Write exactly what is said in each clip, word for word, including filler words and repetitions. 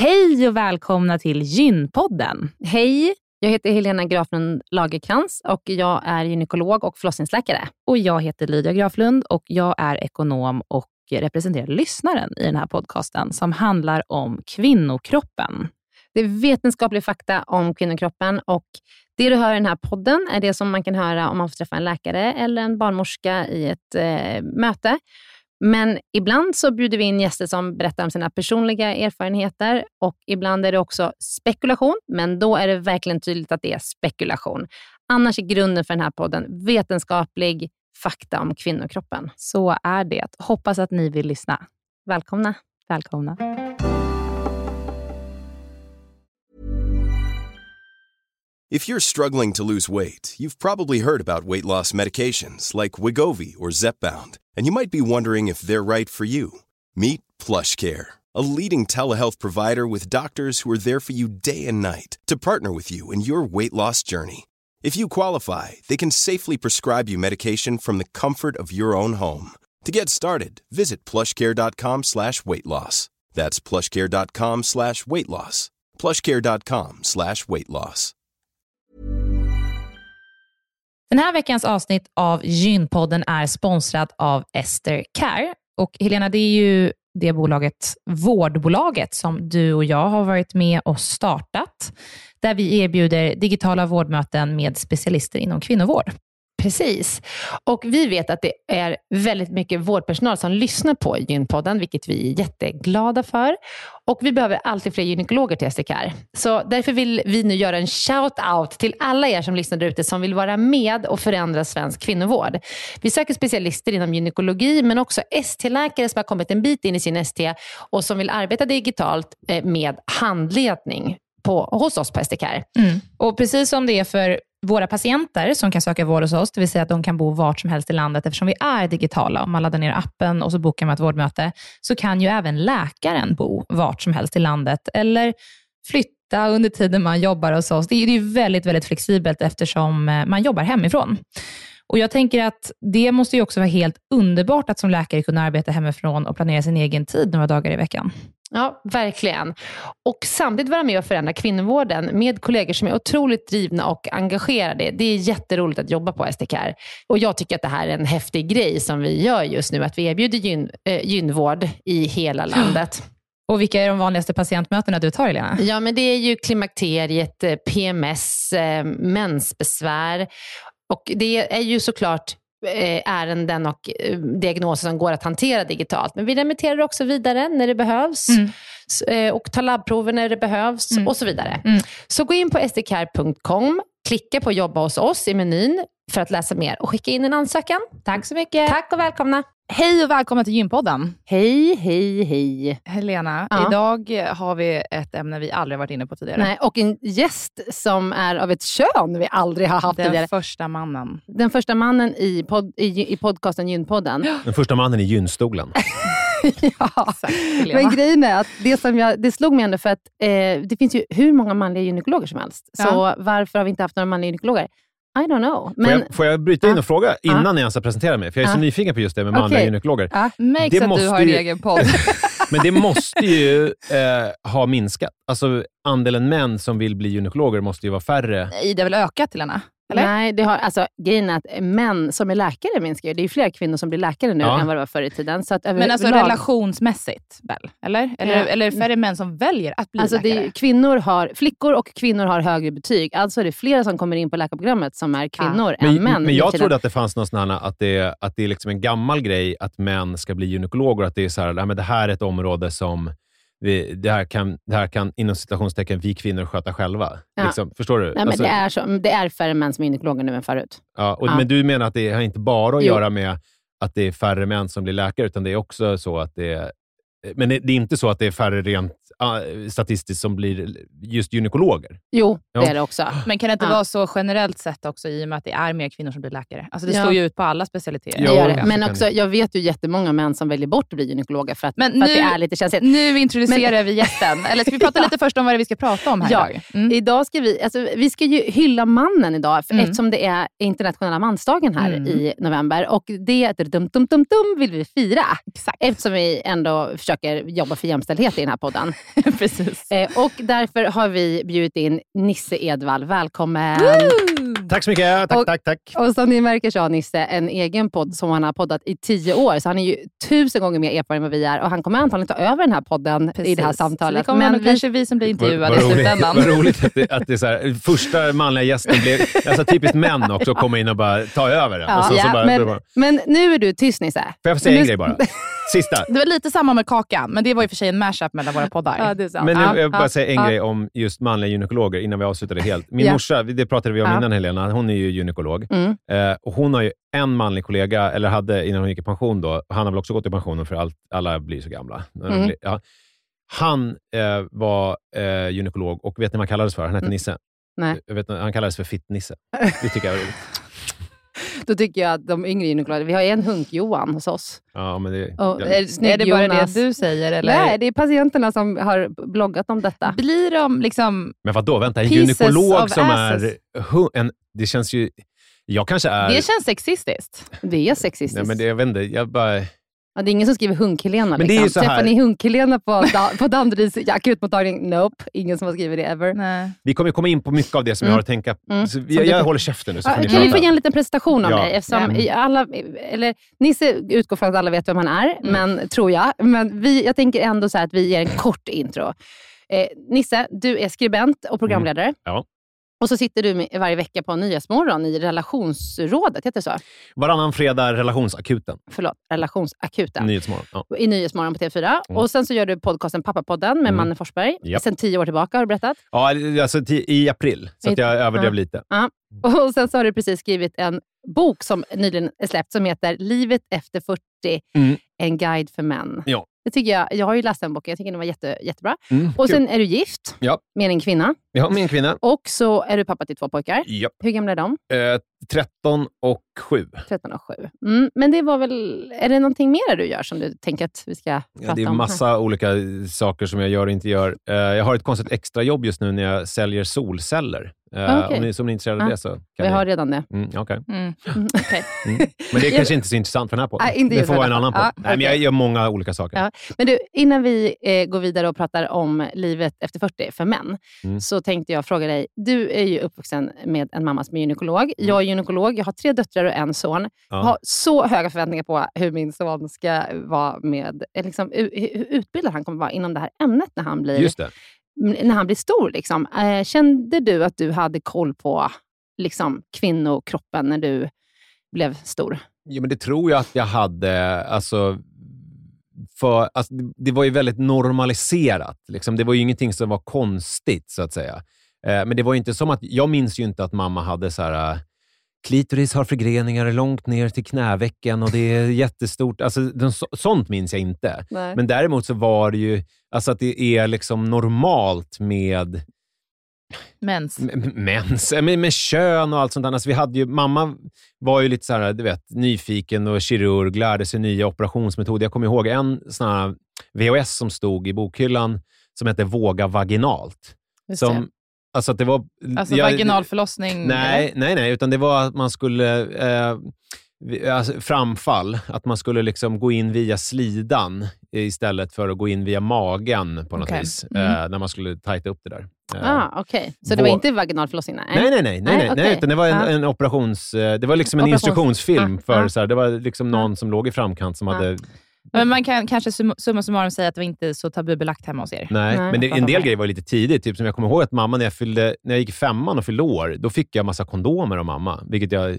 Hej och välkomna till Gynpodden. Hej, jag heter Helena Graflund Lagerkrans och jag är gynekolog och förlossningsläkare. Och jag heter Lydia Graflund och jag är ekonom och representerar lyssnaren i den här podcasten som handlar om kvinnokroppen. Det är vetenskaplig fakta om kvinnokroppen och det du hör i den här podden är det som man kan höra om man får träffa en läkare eller en barnmorska i ett eh, möte. Men ibland så bjuder vi in gäster som berättar om sina personliga erfarenheter och ibland är det också spekulation, men då är det verkligen tydligt att det är spekulation. Annars är grunden för den här podden vetenskaplig fakta om kvinnokroppen. Så är det. Hoppas att ni vill lyssna. Välkomna. Välkomna. If you're struggling to lose weight, you've probably heard about weight loss medications like Wegovy or Zepbound, and you might be wondering if they're right for you. Meet PlushCare, a leading telehealth provider with doctors who are there for you day and night to partner with you in your weight loss journey. If you qualify, they can safely prescribe you medication from the comfort of your own home. To get started, visit plushcare.com slash weight loss. That's plushcare.com slash weight loss. plushcare.com slash weight loss. Den här veckans avsnitt av Gynpodden är sponsrad av Ester Care. Och Helena, det är ju det bolaget, vårdbolaget, som du och jag har varit med och startat. Där vi erbjuder digitala vårdmöten med specialister inom kvinnovård. Precis. Och vi vet att det är väldigt mycket vårdpersonal som lyssnar på Gynpodden, vilket vi är jätteglada för. Och vi behöver alltid fler gynekologer till Ester Care. Så därför vill vi nu göra en shout-out till alla er som lyssnar där ute som vill vara med och förändra svensk kvinnovård. Vi söker specialister inom gynekologi men också S T-läkare som har kommit en bit in i sin S T och som vill arbeta digitalt med handledning på, hos oss på Ester Care. Mm. Och precis som det är för våra patienter som kan söka vård hos oss, det vill säga att de kan bo vart som helst i landet eftersom vi är digitala. Om man laddar ner appen och så bokar man ett vårdmöte så kan ju även läkaren bo vart som helst i landet eller flytta under tiden man jobbar hos oss. Det är ju väldigt, väldigt flexibelt eftersom man jobbar hemifrån. Och jag tänker att det måste ju också vara helt underbart att som läkare kunna arbeta hemifrån och planera sin egen tid några dagar i veckan. Ja, verkligen. Och samtidigt vara med och förändra kvinnovården med kollegor som är otroligt drivna och engagerade. Det är jätteroligt att jobba på Ester Care. Och jag tycker att det här är en häftig grej som vi gör just nu. Att vi erbjuder gyn, äh, gynvård i hela landet. Och vilka är de vanligaste patientmötena du tar, Helena? Ja, men det är ju klimakteriet, P M S, äh, mensbesvär. Och det är ju såklart ärenden och diagnoser som går att hantera digitalt. Men vi remitterar också vidare när det behövs. Mm. Och tar labbprover när det behövs mm. och så vidare. Mm. Så gå in på stercare punkt com, klicka på jobba hos oss i menyn för att läsa mer och skicka in en ansökan. Tack så mycket. Tack och välkomna. Hej och välkomna till Gynpodden. Hej, hej, hej. Helena, ja. Idag har vi ett ämne vi aldrig varit inne på tidigare. Nej, och en gäst som är av ett kön vi aldrig har haft Den tidigare. Den första mannen. Den första mannen i, pod, i, i podcasten Gynpodden. Den första mannen i gynstolen. Ja, exakt, men grejen är att det, som jag, det slog mig ändå för att eh, det finns ju hur många manliga gynekologer som helst. Ja. Så varför har vi inte haft några manliga gynekologer? I don't know. Men, får, jag, får jag bryta in och fråga innan ah. jag ens har presenterat mig? För jag är ah. så nyfiken på just det med manliga okay. gynekologer. Ah. Märks att du har en ju, egen podd. Men det måste ju eh, ha minskat. Alltså andelen män som vill bli gynekologer måste ju vara färre. Nej, det har väl ökat, Helena? Eller? Nej, det har, alltså, grejen är att män som är läkare minskar ju. Det är ju fler kvinnor som blir läkare nu ja. än vad det var förr i tiden. Så att men alltså lag... relationsmässigt väl? Eller? Eller, ja. eller färre män som väljer att bli alltså, läkare? Det är, kvinnor har, flickor och kvinnor har högre betyg. Alltså är det flera som kommer in på läkarprogrammet som är kvinnor ja. än men, män. Men jag trodde att det fanns någon sån här, att det, att det är liksom en gammal grej att män ska bli gynekologer. Att det är så här, men det här är ett område som Vi, det, här kan, det här kan inom citationstecken vi kvinnor sköta själva. Ja. Liksom, förstår du? Nej, men alltså, det, är så, det är färre män som är gynekologer nu än förut. Ja, och, ja. Men du menar att det har inte bara att jo. göra med att det är färre män som blir läkare, utan det är också så att det är... Men det, det är inte så att det är färre rent uh, statistiskt som blir just gynekologer? Jo, det ja. är det också. Men kan det inte ja. vara så generellt sett också i och med att det är mer kvinnor som blir läkare? Alltså det ja. står ju ut på alla specialiteter. Jo, det. Men också, jag vet ju jättemånga män som väljer bort att bli gynekologer för att, men för nu, att det är lite känsligt. Nu introducerar men, vi gästen. Eller ska vi prata ja. lite först om vad det vi ska prata om här ja. idag? Mm. Idag ska vi, alltså, vi ska ju hylla mannen idag för, mm. eftersom det är internationella mansdagen här mm. i november. Och det dum, dum, dum, dum, vill vi fira. Exakt. Eftersom vi ändå försöker försöker jobba för jämställdhet i den här podden. Precis. Eh, och därför har vi bjudit in Nisse Edvall. Välkommen! Woo! Tack så mycket. Tack, och, tack, tack. Och som ni märker så har Nisse en egen podd som han har poddat i tio år. Så han är ju tusen gånger mer erfaren än vad vi är. Och han kommer antagligen ta över den här podden Precis. i det här samtalet. Så det kommer Men nog vi... kanske vi som blir intervjuade Vad i slutändan. roligt, vad roligt att det, att det är så här, första manliga gästen blev, alltså typiskt män också, komma in och bara ta över det. Ja, och så, ja, så bara, men, bara, men nu är du tyst, Nisse. får jag få säga nu... en grej bara? Sista. Det var lite samma med Kakan, men det var ju för sig en mashup mellan våra poddar. Ja, det är sant. Men nu, Ja, jag vill bara ja, säga en ja. grej om just manliga gynekologer innan vi avslutar det helt. Min Ja. morsa, det pratade vi om Ja. innan Helena, hon är ju gynekolog. Mm. Eh, och hon har ju en manlig kollega, eller hade innan hon gick i pension då, han har väl också gått i pension för allt, alla blir så gamla. När de Mm. blir, ja. Han eh, var eh, gynekolog och vet ni vad han kallades för? Han hette Mm. Nisse. Nej. Jag vet, han kallades för Fitt-Nisse. Det tycker jag är roligt. Då tycker jag att de yngre gynekologer, vi har en hunk-Johan hos oss. Ja, men det, Och, ja. är, Är det bara det Jonas. du säger? Eller? Nej, det är patienterna som har bloggat om detta. Blir de liksom... Men vadå, vänta, en Pieces gynekolog of som asses. är... hu- En, det känns ju... Jag kanske är... Det känns sexistiskt. Det är sexistiskt. Nej, men det, jag vet inte, jag bara... Ja, det är ingen som skriver hunk-Helena. Men det är liksom. ju så här- Träffar ni hunk-Helena på, da- på Danderyds akutmottagning? Nope, ingen som har skrivit det ever. Nej. Vi kommer komma in på mycket av det som Mm. jag har att tänka. Mm. Så Som jag, du- jag håller käften nu så Ja, får ni kan vi få prata. ge en liten presentation av Ja. mig? Eftersom Ja. i alla, eller, Nisse utgår från att alla vet vem han är, Mm. men, tror jag. Men vi, jag tänker ändå så här att vi ger en kort intro. Eh, Nisse, du är skribent och programledare. Mm. Ja. Och så sitter du med, varje vecka på Nyhetsmorgon i relationsrådet, heter det så? Varannan fredag, relationsakuten. Förlåt, relationsakuten. Nyhetsmorgon. Ja. I Nyhetsmorgon på T V fyra. Mm. Och sen så gör du podcasten Pappapodden med Mm. Manne Forsberg. Japp. Sen tio år tillbaka har du berättat. Ja, alltså ti- i april. Så att jag överdrev Ja. lite. Och sen så har du precis skrivit en bok som nyligen är släppt som heter Livet efter fyrtio, Mm. en guide för män. Ja. Det tycker jag, jag har ju läst den boken, jag tycker den var jätte, jättebra. Mm, Och kul. sen är du gift Ja. med en kvinna. Ja, min kvinna. Och så är du pappa till två pojkar. Ja. Hur gamla är de? Eh, tretton och sju. tretton och sju. Mm, men det var väl, är det någonting mer du gör som du tänker att vi ska Ja, prata det är om? massa olika saker som jag gör och inte gör. Eh, jag har ett konstigt extra jobb just nu när jag säljer solceller. Eh, Okej. Om ni som är intresserade av Ja. det så kan Vi ni... har redan det. Mm, okej. Mm. Mm. Okej. Mm. Men det är kanske inte så intressant för den här podden. Nej, inte det just får för vara en detta. annan podd. Ja, Nej, men jag okej. gör många olika saker. Ja. Men du, innan vi eh, går vidare och pratar om livet efter fyrtio för män, Mm. så tänkte jag fråga dig. Du är ju uppvuxen med en mamma som är gynekolog. Jag är gynekolog. Jag har tre döttrar och en son. Jag Ja. har så höga förväntningar på hur min son ska vara med, eh, liksom, hur hur utbildad han kommer vara inom det här ämnet när han blir, Just det. när han blir stor. Liksom. Eh, kände du att du hade koll på liksom, kvinnokroppen när du blev stor? Ja, men det tror jag att jag hade. Alltså, för, alltså, det, det var ju väldigt normaliserat. Liksom. Det var ju ingenting som var konstigt, så att säga. Eh, men det var ju inte som att... Jag minns ju inte att mamma hade så här... Uh, klitoris har förgreningar långt ner till knävecken och det är jättestort. Alltså, den, så, sånt minns jag inte. Nej. Men däremot så var det ju... Alltså att det är liksom normalt med... Mens. M- mens, med, med kön och allt sånt där. Alltså vi hade ju, mamma var ju lite så här, du vet, nyfiken och kirurg, lärde sig nya operationsmetoder. Jag kommer ihåg en sån här V H S som stod i bokhyllan som hette Våga vaginalt. Just Som, alltså att det var... Alltså jag- vaginal förlossning? Nej, eller? nej, nej, utan det var att man skulle... Eh, vi- alltså, framfall, att man skulle liksom gå in via slidan istället för att gå in via magen på något Okej. vis. Mm. Eh, när man skulle tajta upp det där. Eh, Ah, Okej, så det vår- var inte vaginal förlossning? Nej, nej, nej. nej, nej, Nej, nej okej. utan det var en, Ja. en operations... eh, Det var liksom en Operations- instruktionsfilm Ja, för ja. så här, det var liksom någon som låg i framkant som Ja. hade... Men man kan kanske sum- summa summarum säga att det var inte så tabubelagt hemma hos er. Nej, Nej, men det, jag en del fattar. grejer var lite tidigt. Typ som jag kommer ihåg att mamma, när jag, fyllde, när jag gick i femman och fyllde år, då fick jag massa kondomer av mamma. Vilket jag...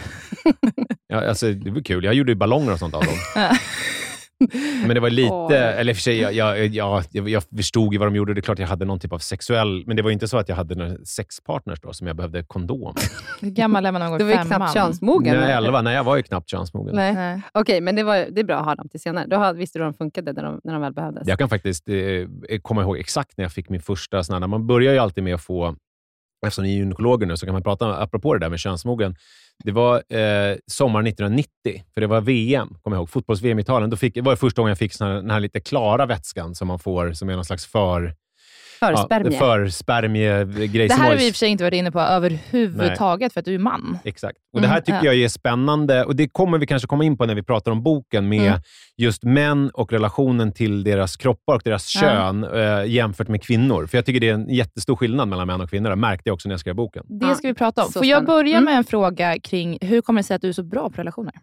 ja, alltså, det var kul. Jag gjorde ju ballonger och sånt av dem. Men det var lite... Oj. Eller för sig, jag, jag, jag, jag, jag förstod ju vad de gjorde. Det är klart jag hade någon typ av sexuell... Men det var ju inte så att jag hade några sexpartners då som jag behövde kondom. Hur gammal är man när man går Du var i ju femman? knappt könsmogen. När jag är elva, nej jag var ju knappt könsmogen. Nej. Nej. Okej, men det, var, det är bra att ha dem till senare. Då har- visste du hur de funkade när de, när de väl behövdes. Jag kan faktiskt eh, komma ihåg exakt när jag fick min första sån här, man börjar ju alltid med att få, eftersom ni är gynekologer nu så kan man prata apropå det där med könsmogen. Det var eh, sommaren nittonhundranittio, för det var V M, kommer jag ihåg, fotbolls-V M i Italien. Då fick, det var det första gången jag fick sån här, den här lite klara vätskan som man får, som är någon slags för... Förspermie. Ja, förspermie-grej. Det som här var har vi i och för sig inte varit inne på överhuvudtaget, Nej. för att du är man. Exakt. Och det här tycker mm, jag är spännande. Och det kommer vi kanske komma in på när vi pratar om boken med mm. just män och relationen till deras kroppar och deras ja. kön äh, jämfört med kvinnor. För jag tycker det är en jättestor skillnad mellan män och kvinnor. Det märkte jag också när jag skrev boken. Det ska vi prata om. Så Får jag spännande. börja mm. med en fråga kring hur kommer det sig att du är så bra på relationer?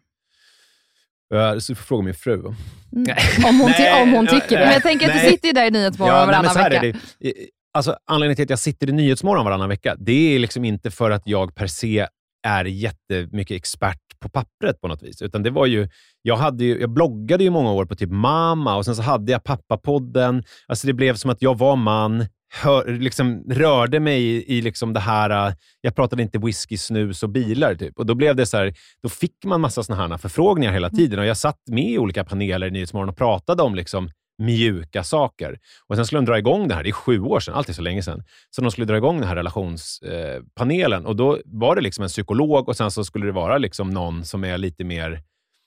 Uh, så får fråga min fru. Mm. Om, hon ty- om hon tycker det. Men jag tänker att nej. du sitter ju där i Nyhetsmorgon ja, varannan nej, vecka. Det. Alltså, anledningen till att jag sitter i Nyhetsmorgon varannan vecka, det är liksom inte för att jag per se är jättemycket expert på pappret på något vis. Utan det var ju, jag, hade ju, jag bloggade ju många år på typ Mamma och sen så hade jag Pappapodden. Alltså det blev som att jag var man, hör, liksom rörde mig i, i liksom det här, jag pratade inte whisky, snus och bilar typ. Och då blev det så här, då fick man massa såna här förfrågningar hela tiden och jag satt med i olika paneler i Nyhetsmorgon och pratade om liksom mjuka saker. Och sen skulle de dra igång det här, det är sju år sedan, alltid så länge sedan. Så de skulle dra igång den här relationspanelen eh, och då var det liksom en psykolog och sen så skulle det vara liksom någon som är lite mer,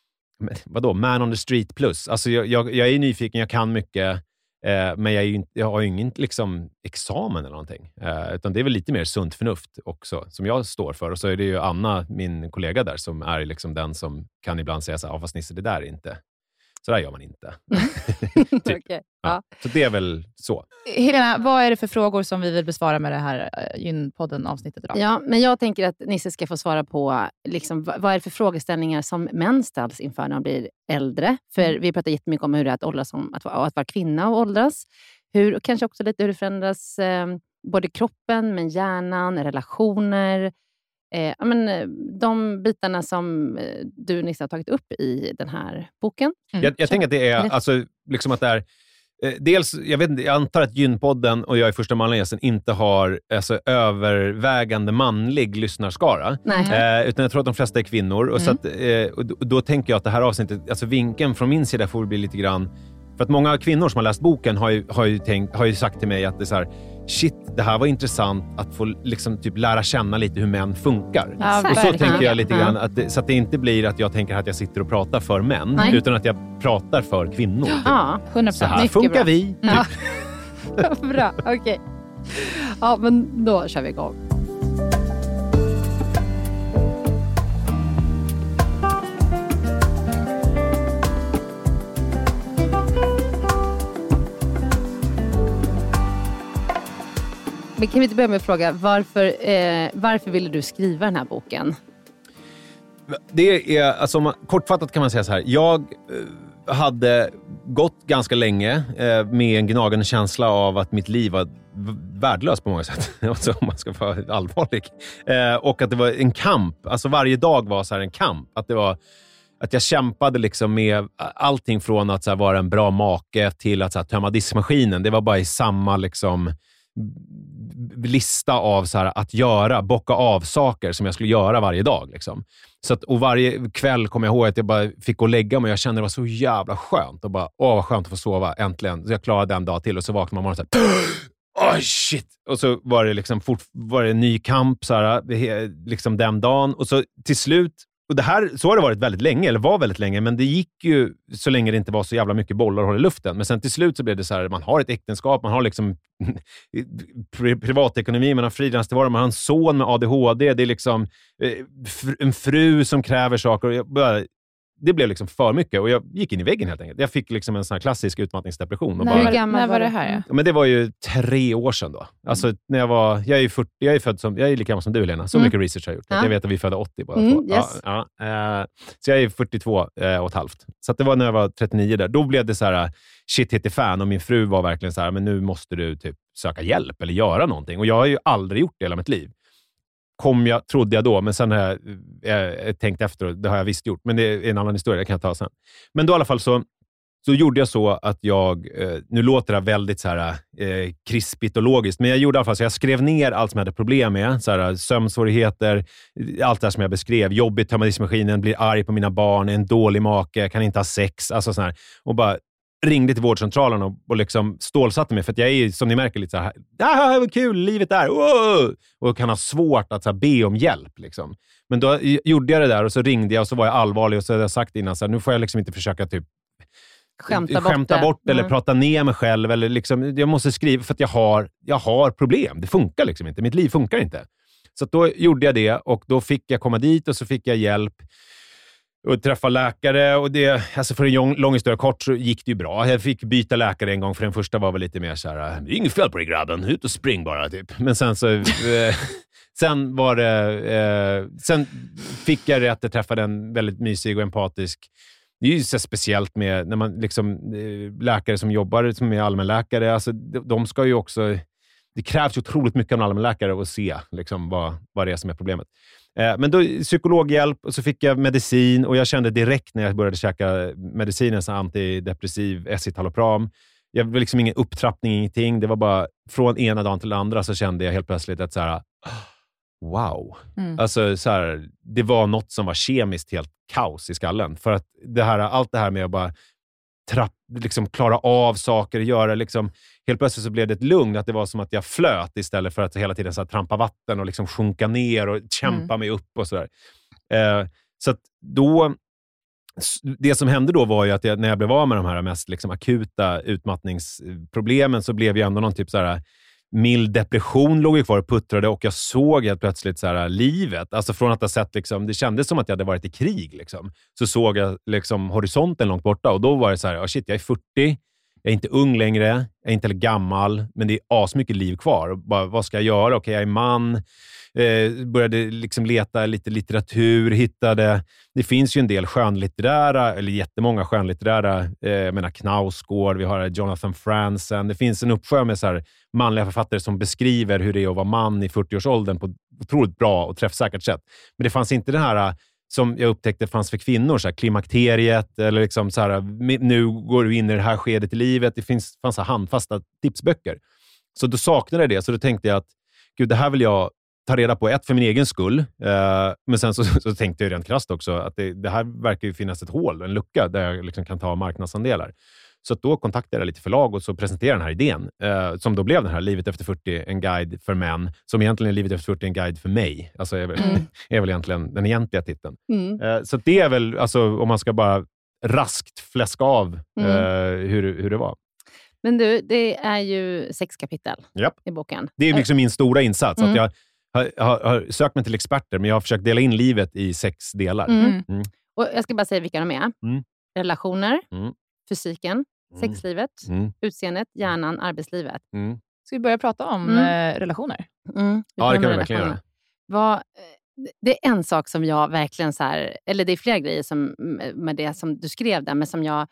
vadå, man on the street plus. Alltså jag, jag, jag är nyfiken, jag kan mycket eh, men jag, är ju inte, jag har ju ingen liksom examen eller någonting. Eh, utan det är väl lite mer sunt förnuft också som jag står för. Och så är det ju Anna, min kollega där, som är liksom den som kan ibland säga så här, ah, fast Nisse, det där är inte. Så där gör man inte. typ. Okay, ja. ja. Så det är väl så. Helena, vad är det för frågor som vi vill besvara med det här Gynpodden-avsnittet idag? Ja, men jag tänker att Nisse ska få svara på liksom, vad är det för frågeställningar som män ställs inför när de blir äldre. För vi pratar jättemycket om hur det är att åldras, som, att, att vara kvinna och åldras. Hur, kanske också lite hur det förändras eh, både kroppen, men hjärnan, relationer. Eh, men, de bitarna som du Nisse har tagit upp i den här boken. Mm. Jag, jag tänker att det är, alltså, liksom att det är eh, dels, jag vet inte, jag antar att Gynpodden och jag i första manliga gästen inte har alltså, övervägande manlig lyssnarskara. Eh, utan jag tror att de flesta är kvinnor. Och, mm. så att, eh, och, och då tänker jag att det här avsnittet, alltså vinkeln från min sida får bli lite grann. För att många kvinnor som har läst boken har ju, har ju, tänkt, har ju sagt till mig att det är så här, shit, det här var intressant att få liksom typ lära känna lite hur män funkar. Ja, och så verkligen. tänker jag lite grann, att det, så att det inte blir att jag tänker att jag sitter och pratar för män, Nej. utan att jag pratar för kvinnor. Typ. Ja, hundra Så procent. här funkar bra. vi. Typ. Ja. Bra, okej. Okay. Ja, men då kör vi igång. Men kan vi inte börja med att fråga, varför, eh, varför ville du skriva den här boken? Det är, alltså, man, kortfattat kan man säga så här. Jag eh, hade gått ganska länge eh, med en gnagande känsla av att mitt liv var värdelöst på många sätt. Alltså, om man ska vara allvarlig. Eh, och att det var en kamp. Alltså varje dag var så här en kamp. Att det var... Att jag kämpade liksom med allting från att så här, vara en bra make till att så här, tömma diskmaskinen. Det var bara i samma liksom... lista av så här, att göra, bocka av saker som jag skulle göra varje dag. Liksom. Så att, och varje kväll kom jag ihåg att jag bara fick gå och lägga mig och jag kände det var så jävla skönt. Och bara, åh vad skönt att få sova, äntligen. Så jag klarade en dag till och så vaknade man och så här, åh shit! Och så var det liksom fort, var det en ny kamp så här, liksom den dagen. Och så till slut, och det här, så har det varit väldigt länge, eller var väldigt länge, men det gick ju så länge det inte var så jävla mycket bollar att hålla i luften. Men sen till slut så blev det så här, man har ett äktenskap, man har liksom privatekonomi, man har frilanstillvaro, man har en son med A D H D, det är liksom en fru som kräver saker. Och jag bara, det blev liksom för mycket och jag gick in i väggen helt enkelt. Jag fick liksom en sån här klassisk utmattningsdepression. Och Nej, bara, gammal när var det här? Ja, men det var ju tre år sedan då. Alltså när jag var, jag är fyrtio, jag är född som, jag är lika gammal som du Helena. Så mm. mycket research har jag gjort. Ja. Jag vet att vi födde åttio bara. Mm, yes. ja, ja, eh, så jag är fyrtiotvå eh, och ett halvt. Så att det var när jag var trettionio där. Då blev det så här shit hit i fan och min fru var verkligen så här, men nu måste du typ söka hjälp eller göra någonting. Och jag har ju aldrig gjort det i hela mitt liv. Kom jag, trodde jag då, men sen har jag, jag tänkt efter och det har jag visst gjort. Men det är en annan historia, det kan jag ta sen. Men då i alla fall så, så gjorde jag så att jag, eh, nu låter det väldigt så här eh, krispigt och logiskt, men jag gjorde i alla fall så jag skrev ner allt som jag hade problem med. Så här, sömnsvårigheter, allt det här som jag beskrev. Jobbigt, tömma diskmaskinen, blir arg på mina barn, en dålig make, kan inte ha sex, alltså så här. Och bara ringde till vårdcentralen och, och liksom stålsatte mig. För att jag är, som ni märker, lite så här, ah, vad kul, livet är. Wow! Och kan ha svårt att så här, be om hjälp. Liksom. Men då gjorde jag det där och så ringde jag och så var jag allvarlig och så hade jag sagt innan så här, nu får jag liksom inte försöka typ Skämta bort, skämta bort eller mm. prata ner mig själv. Eller liksom, jag måste skriva för att jag har, jag har problem. Det funkar liksom inte. Mitt liv funkar inte. Så att då gjorde jag det och då fick jag komma dit och så fick jag hjälp och träffa läkare. Och det, alltså för en lång, lång historia kort så gick det ju bra. Jag fick byta läkare en gång för den första var väl lite mer så här: det är inget fel på dig grabben, ut och spring bara typ. Men sen så... eh, sen var det... Eh, sen fick jag rätt att träffa en väldigt mysig och empatisk. Det är ju så speciellt med när man liksom eh, läkare som jobbar som är allmänläkare. Alltså de, de ska ju också... Det krävs ju otroligt mycket av en allmänläkare att se liksom, vad, vad det är som är problemet. Eh, men då psykologhjälp och så fick jag medicin och jag kände direkt när jag började käka medicinen så antidepressiv escitalopram. Jag var liksom ingen upptrappning, ingenting. Det var bara från ena dagen till den andra så kände jag helt plötsligt att så här, wow. Mm. Alltså så här, det var något som var kemiskt helt kaos i skallen. För att det här, allt det här med att bara trapp, liksom klara av saker, göra liksom, helt plötsligt så blev det ett lugn, att det var som att jag flöt istället för att hela tiden så här, trampa vatten och liksom sjunka ner och kämpa mm. mig upp och sådär. Eh, så att då det som hände då var ju att jag, när jag blev av med de här mest liksom, akuta utmattningsproblemen så blev jag ändå någon typ så här mild depression låg ju kvar och puttrade och jag såg helt plötsligt så här livet. Alltså från att ha sett liksom, det kändes som att jag hade varit i krig liksom. Så såg jag liksom horisonten långt borta och då var det så här, oh shit, jag är fyrtio, jag är inte ung längre, jag är inte heller gammal, men det är asmycket liv kvar. Och bara, vad ska jag göra? Okej, jag är man. Eh, började liksom leta lite litteratur, hittade, det finns ju en del skönlitterära, eller jättemånga skönlitterära, eh, jag menar Knausgård, vi har Jonathan Franzen, det finns en uppsjö med så här manliga författare som beskriver hur det är att vara man i fyrtioårsåldern på ett otroligt bra och träffsäkert sätt. Men det fanns inte det här som jag upptäckte fanns för kvinnor, så här, klimakteriet eller liksom så här, nu går du in i det här skedet i livet. Det finns, fanns så handfasta tipsböcker. Så då saknade jag det, så då tänkte jag att gud, det här vill jag ta reda på, ett för min egen skull. Eh, men sen så, så tänkte jag rent krasst också att det, det här verkar ju finnas ett hål, en lucka där jag liksom kan ta marknadsandelar. Så att då kontaktade jag lite förlag och så presenterade den här idén. Eh, som då blev den här Livet efter fyrtio, en guide för män. Som egentligen är Livet efter fyrtio, en guide för mig. Alltså är väl, mm. är väl egentligen den egentliga titeln. Mm. Eh, så det är väl, alltså om man ska bara raskt fläska av eh, mm. hur, hur det var. Men du, det är ju sex kapitel yep. i boken. Det är liksom min stora insats. Mm. Att jag har, har, har sökt mig till experter, men jag har försökt dela in livet i sex delar. Mm. Mm. Och jag ska bara säga vilka de är. Mm. Relationer, mm. fysiken, mm. sexlivet, mm. utseendet, hjärnan, arbetslivet. Mm. Ska vi börja prata om mm. relationer? Mm. Ja, det kan vi verkligen göra. Vad, det är en sak som jag verkligen så här, eller det är flera grejer som, med det som du skrev där, men som jag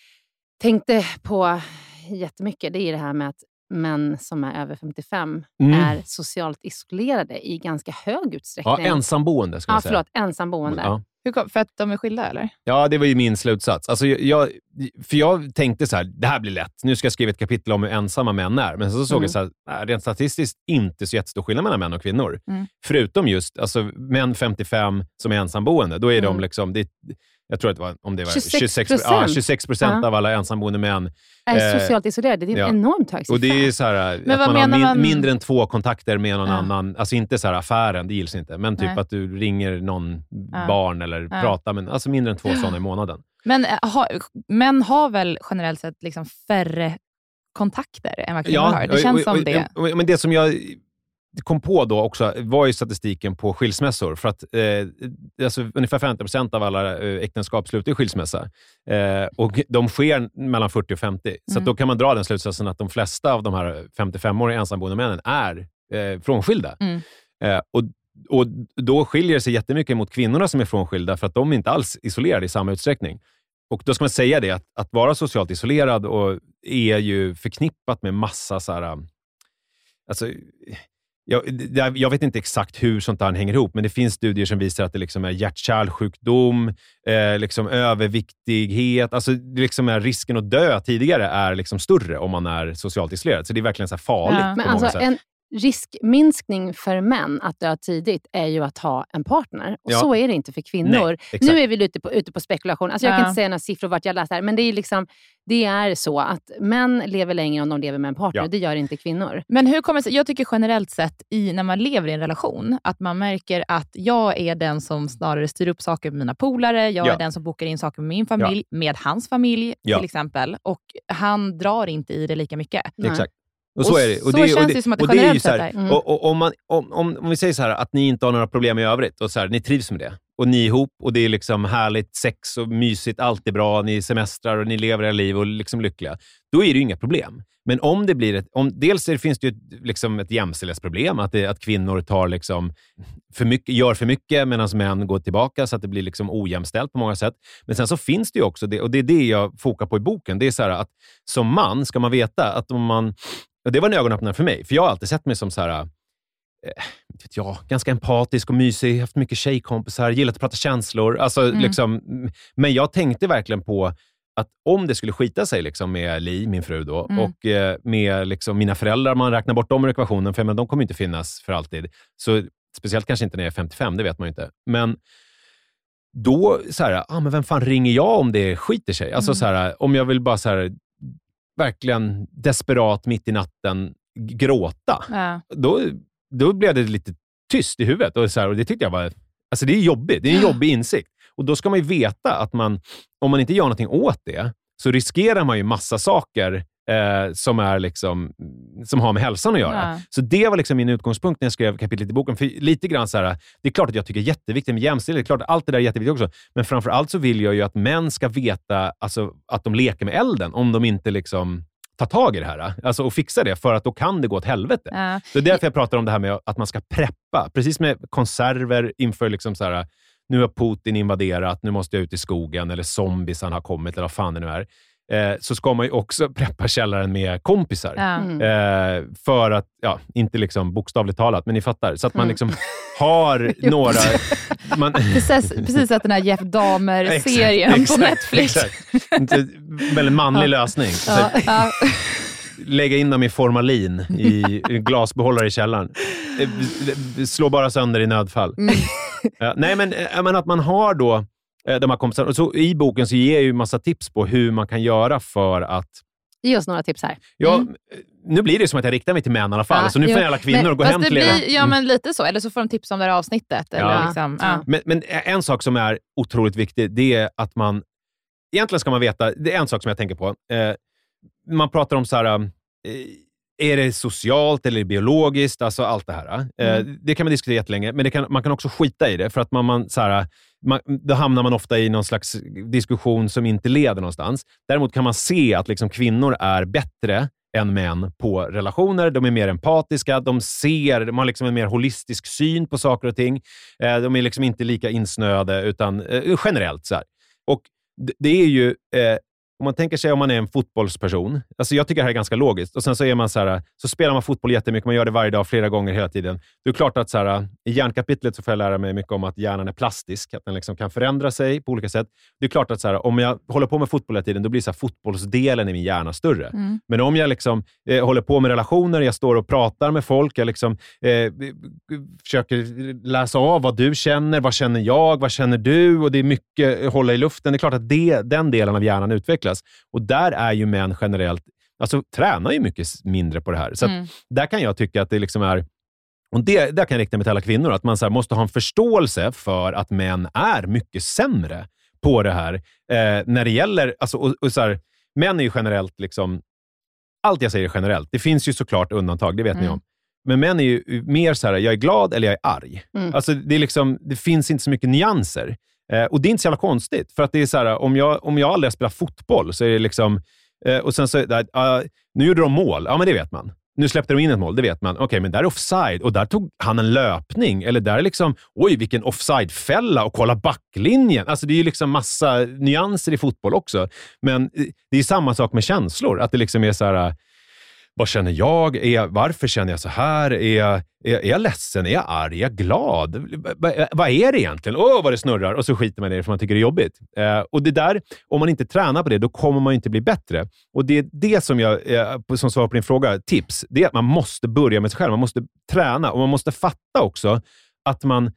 tänkte på jättemycket. Det är det här med att män som är över femtiofem mm. är socialt isolerade i ganska hög utsträckning. Ja, ensamboende ska jag ja, säga. Förlåt, ensamboende. Ja. Hur kom, för att de är skilda, eller? Ja, det var ju min slutsats. Alltså, jag, för jag tänkte så här, det här blir lätt. Nu ska jag skriva ett kapitel om hur ensamma män är. Men så såg mm. jag så här, nej, rent statistiskt inte så jättestor skillnad mellan män och kvinnor. Mm. Förutom just, alltså män femtiofem som är ensamboende. Då är mm. de liksom, det, jag tror att det var, om det var tjugosex procent ja, tjugosex procent ja. av alla ensamboende män är eh, socialt isolerade. Det är ja. enormt hög siffra. Och det är så här, men att man har min, man... mindre än två kontakter med någon ja. annan. Alltså inte så här affären, det gills inte. Men typ Nej. att du ringer någon ja. barn eller ja. pratar. Men alltså mindre än två sådana i månaden. Men ha, män har väl generellt sett liksom färre kontakter än vad kvinnor ja, har? Det känns och, och, som det. Och, och, men det som jag kom på då också var ju statistiken på skilsmässor. För att eh, alltså, ungefär femtio procent av alla eh, äktenskap slutar i skilsmässa. Eh, och de sker mellan fyrtio och femtio. Mm. Så att då kan man dra den slutsatsen att de flesta av de här femtiofem-åriga ensamboende männen är eh, frånskilda. Mm. Eh, och, och då skiljer det sig jättemycket mot kvinnorna som är frånskilda för att de är inte alls isolerade i samma utsträckning. Och då ska man säga det, att, att vara socialt isolerad och är ju förknippat med massa så här... Alltså... Jag, jag vet inte exakt hur sånt där hänger ihop, men det finns studier som visar att det liksom är hjärt-kärlsjukdom, eh, liksom överviktighet, alltså det liksom är risken att dö tidigare är liksom större om man är socialt isolerad. Så det är verkligen så här farligt. Ja. Men alltså en, riskminskning för män att dö tidigt är ju att ha en partner. Och ja. så är det inte för kvinnor. Nej, nu är vi ute på, ute på spekulation. Alltså jag ja. kan inte säga några siffror vart jag läst här. Men det är, liksom, det är så att män lever längre om de lever med en partner. Ja. Det gör inte kvinnor. Men hur kommer det sig? Jag tycker generellt sett i, när man lever i en relation att man märker att jag är den som snarare styr upp saker med mina polare. Jag ja. är den som bokar in saker med min familj. Ja. Med hans familj ja. till exempel. Och han drar inte i det lika mycket. Nej. Exakt. Och så, och är det. Och så det, känns och det, det som att och det det generellt är ju så här, mm. och, och, om, man, om, om, om vi säger så här att ni inte har några problem i övrigt och så här, ni trivs med det och ni är ihop och det är liksom härligt sex och mysigt, allt är bra, ni semestrar och ni lever era liv och liksom lyckliga, då är det ju inga problem. Men om det blir ett, om, dels det, finns det ju ett, liksom ett jämställdhetsproblem, att, det, att kvinnor tar liksom för mycket, gör för mycket medan män går tillbaka så att det blir liksom ojämställt på många sätt. Men sen så finns det ju också, det, och det är det jag fokar på i boken, det är så här att som man ska man veta att om man, och det var en ögonöppnare för mig, för jag har alltid sett mig som så här, eh, vet jag, ganska empatisk och mysig, haft mycket tjejkompisar, gillat att prata känslor, alltså mm. liksom, men jag tänkte verkligen på att om det skulle skita sig liksom med Li, min fru då, mm. och eh, med liksom mina föräldrar, man räknar bort dem i ekvationen, för men de kommer inte finnas för alltid. Så speciellt kanske inte när jag är femtiofem, det vet man ju inte. Men då så här, ah, men vem fan ringer jag om det skiter sig? Alltså mm. så här, om jag vill bara så här verkligen desperat mitt i natten gråta. Ja. Då, då blev det lite tyst i huvudet. Och, så här, och det tyckte jag var... Alltså det är jobbigt. Det är en jobbig insikt. Och då ska man ju veta att man, om man inte gör någonting åt det, så riskerar man ju massa saker eh, som är liksom, som har med hälsan att göra. Ja. Så det var liksom min utgångspunkt när jag skrev kapitlet i boken. För lite grann så här, det är klart att jag tycker det är jätteviktigt med jämställdhet. Det är klart att allt det där är jätteviktigt också. Men framförallt så vill jag ju att män ska veta alltså, att de leker med elden om de inte liksom ta tag i det här. Alltså och fixa det, för att då kan det gå åt helvete. Ja. Så det är därför jag pratar om det här med att man ska preppa. Precis med konserver inför liksom så här, nu har Putin invaderat, nu måste jag ut i skogen, eller zombiesen har kommit, eller vad fan det nu är. Eh, så ska man ju också preppa källaren med kompisar. Mm. Eh, för att, ja, inte liksom bokstavligt talat, men ni fattar. Så att man liksom har några... Man... Precis, precis att den här Jeff Dahmer-serien på Netflix. Exakt. En väldigt manlig ja. lösning. Ja. Ja. Lägga in dem i formalin i glasbehållare i källaren. Slå bara sönder i nödfall. Mm. Ja, nej, men, men att man har då de här kompisarna. Och så i boken så ger jag ju massa tips på hur man kan göra för att... Ge oss några tips här. Ja, mm. nu blir det som att jag riktar mig till män i alla fall. Ja, så nu får alla kvinnor men, gå hem till er. Ja, men lite så. Eller så får de tips om det här avsnittet. Eller ja. liksom, ja. men, men en sak som är otroligt viktig, det är att man... Egentligen ska man veta... Det är en sak som jag tänker på. Eh, man pratar om så här... Eh, är det socialt eller biologiskt? Alltså allt det här. Mm. Eh, det kan man diskutera jättelänge. Men det kan, man kan också skita i det. För att man, man, så här, man, då hamnar man ofta i någon slags diskussion som inte leder någonstans. Däremot kan man se att liksom, kvinnor är bättre än män på relationer. De är mer empatiska. De ser, de har liksom en mer holistisk syn på saker och ting. Eh, de är liksom inte lika insnöade utan eh, generellt så här. Och det, det är ju... Eh, om man tänker sig om man är en fotbollsperson. Alltså jag tycker det här är ganska logiskt. Och sen så är man så här, så spelar man fotboll jättemycket. Man gör det varje dag, flera gånger hela tiden. Det är klart att så här, i hjärnkapitlet så får jag lära mig mycket om att hjärnan är plastisk. Att den liksom kan förändra sig på olika sätt. Det är klart att så här, om jag håller på med fotboll hela tiden, då blir så här, fotbollsdelen i min hjärna större. Mm. Men om jag liksom eh, håller på med relationer, jag står och pratar med folk, jag liksom eh, försöker läsa av vad du känner, vad känner jag, vad känner du? Och det är mycket hålla i luften. Det är klart att det, den delen av hjärnan utvecklas. Och där är ju män generellt, alltså tränar ju mycket mindre på det här. Så mm. att, där kan jag tycka att det liksom är, och det, där kan jag rikta mig till alla kvinnor, att man så här, måste ha en förståelse för att män är mycket sämre på det här. Eh, när det gäller, alltså, och, och så här, män är ju generellt liksom, allt jag säger är generellt. Det finns ju såklart undantag, det vet mm. ni om. Men män är ju mer så här, jag är glad eller jag är arg. Mm. Alltså det är liksom, det finns inte så mycket nyanser. Eh, och det är inte så jävla konstigt. För att det är så här, om jag, om jag aldrig spelar fotboll så är det liksom, eh, och sen så, uh, nu gjorde de mål. Ja, men det vet man. Nu släppte de in ett mål, det vet man. Okej, okay, men där är offside och där tog han en löpning. Eller där är liksom, oj vilken offside-fälla och kolla backlinjen. Alltså det är ju liksom massa nyanser i fotboll också. Men det är samma sak med känslor. Att det liksom är så här, vad känner jag? Är, varför känner jag så här? Är jag, är, är jag ledsen? Är jag arg? Är jag glad? V- vad är det egentligen? Åh, oh, vad det snurrar. Och så skiter man i det för man tycker det är jobbigt. Eh, och det där, om man inte tränar på det, då kommer man inte bli bättre. Och det är det som jag, eh, som svar på din fråga, tips, det är att man måste börja med sig själv. Man måste träna och man måste fatta också att man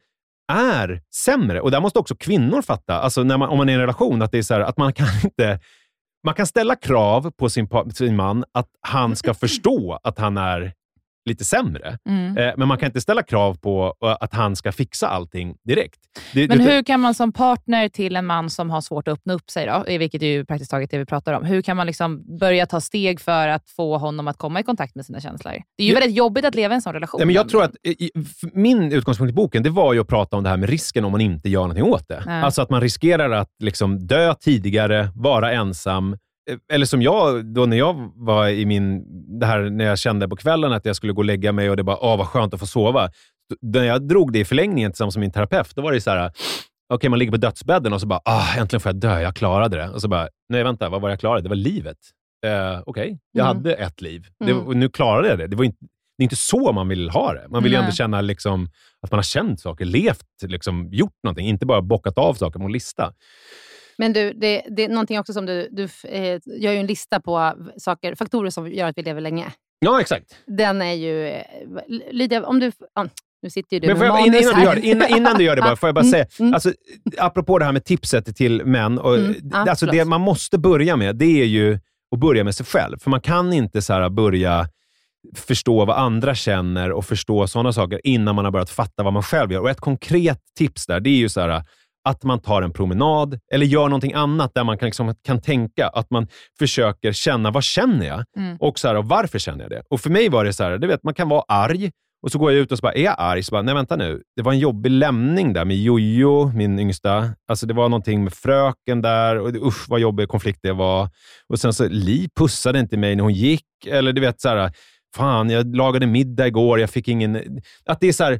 är sämre. Och där måste också kvinnor fatta, alltså när man, om man är i en relation, att det är så här, att man kan inte, man kan ställa krav på sin, sin man att han ska förstå att han är lite sämre. Mm. Eh, men man kan inte ställa krav på att han ska fixa allting direkt. Det, men det, hur kan man som partner till en man som har svårt att öppna upp sig då, vilket är ju praktiskt taget det vi pratar om, hur kan man liksom börja ta steg för att få honom att komma i kontakt med sina känslor? Det är ju ja. väldigt jobbigt att leva i en sån relation. Ja, men jag tror att i, min utgångspunkt i boken, det var ju att prata om det här med risken om man inte gör någonting åt det. Ja. Alltså att man riskerar att liksom dö tidigare, vara ensam. Eller som jag, då när jag var i min, det här när jag kände på kvällen att jag skulle gå och lägga mig och det bara, åh vad skönt att få sova. När jag drog det i förlängningen tillsammans med min terapeut, då var det så här, okej okay, man ligger på dödsbädden och så bara, ah äntligen får jag dö, jag klarade det. Och så bara, nej vänta, vad var jag klarade? Det var livet. Uh, okej, okay. jag mm. hade ett liv. Det, och nu klarade jag det. Det var inte, det är inte så man vill ha det. Man vill ju ändå känna liksom, att man har känt saker, levt, liksom, gjort någonting, inte bara bockat av saker på en lista. Men du, det, det är någonting också som du, du eh, gör ju en lista på saker, faktorer som gör att vi lever länge. Ja, exakt. Den är ju, Lydia, om du, ah, nu sitter ju du men med jag, manus innan, här. Du gör det, innan, innan du gör det bara, får jag bara mm, säga, mm. alltså, apropå det här med tipset till män, och, mm, ah, alltså det man måste börja med, det är ju att börja med sig själv. För man kan inte så här börja förstå vad andra känner och förstå sådana saker innan man har börjat fatta vad man själv gör. Och ett konkret tips där, det är ju så här att man tar en promenad eller gör någonting annat där man kan, liksom, kan tänka, att man försöker känna, vad känner jag? Mm. Och så här, och varför känner jag det? Och för mig var det så här, du vet, man kan vara arg och så går jag ut och så bara, är jag arg? Så bara, nej vänta nu, det var en jobbig lämning där med Jojo, min yngsta. Alltså det var någonting med fröken där och usch vad jobbig konflikt det var. Och sen så, Li pussade inte mig när hon gick, eller du vet så här, fan jag lagade middag igår, jag fick ingen, att det är så här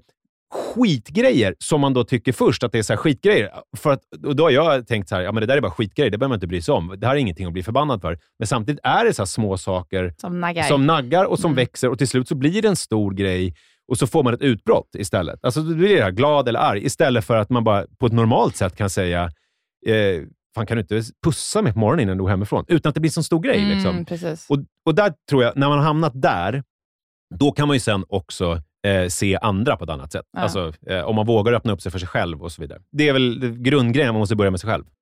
skitgrejer som man då tycker först att det är så här skitgrejer. För att, och då har jag tänkt så här, ja men det där är bara skitgrejer, det behöver man inte bry sig om. Det här är ingenting att bli förbannad för. Men samtidigt är det så här små saker som naggar, som naggar och som mm. växer och till slut så blir det en stor grej och så får man ett utbrott istället. Alltså då blir det här glad eller arg istället för att man bara på ett normalt sätt kan säga eh, fan kan du inte pussa mig på morgonen innan du går hemifrån? Utan att det blir en sån stor grej. Mm, liksom. precis. Och, och där tror jag, när man har hamnat där, då kan man ju sen också Eh, se andra på ett annat sätt. Ja. Alltså, eh, om man vågar öppna upp sig för sig själv och så vidare. Det är väl grundgrejen, man måste börja med sig själv.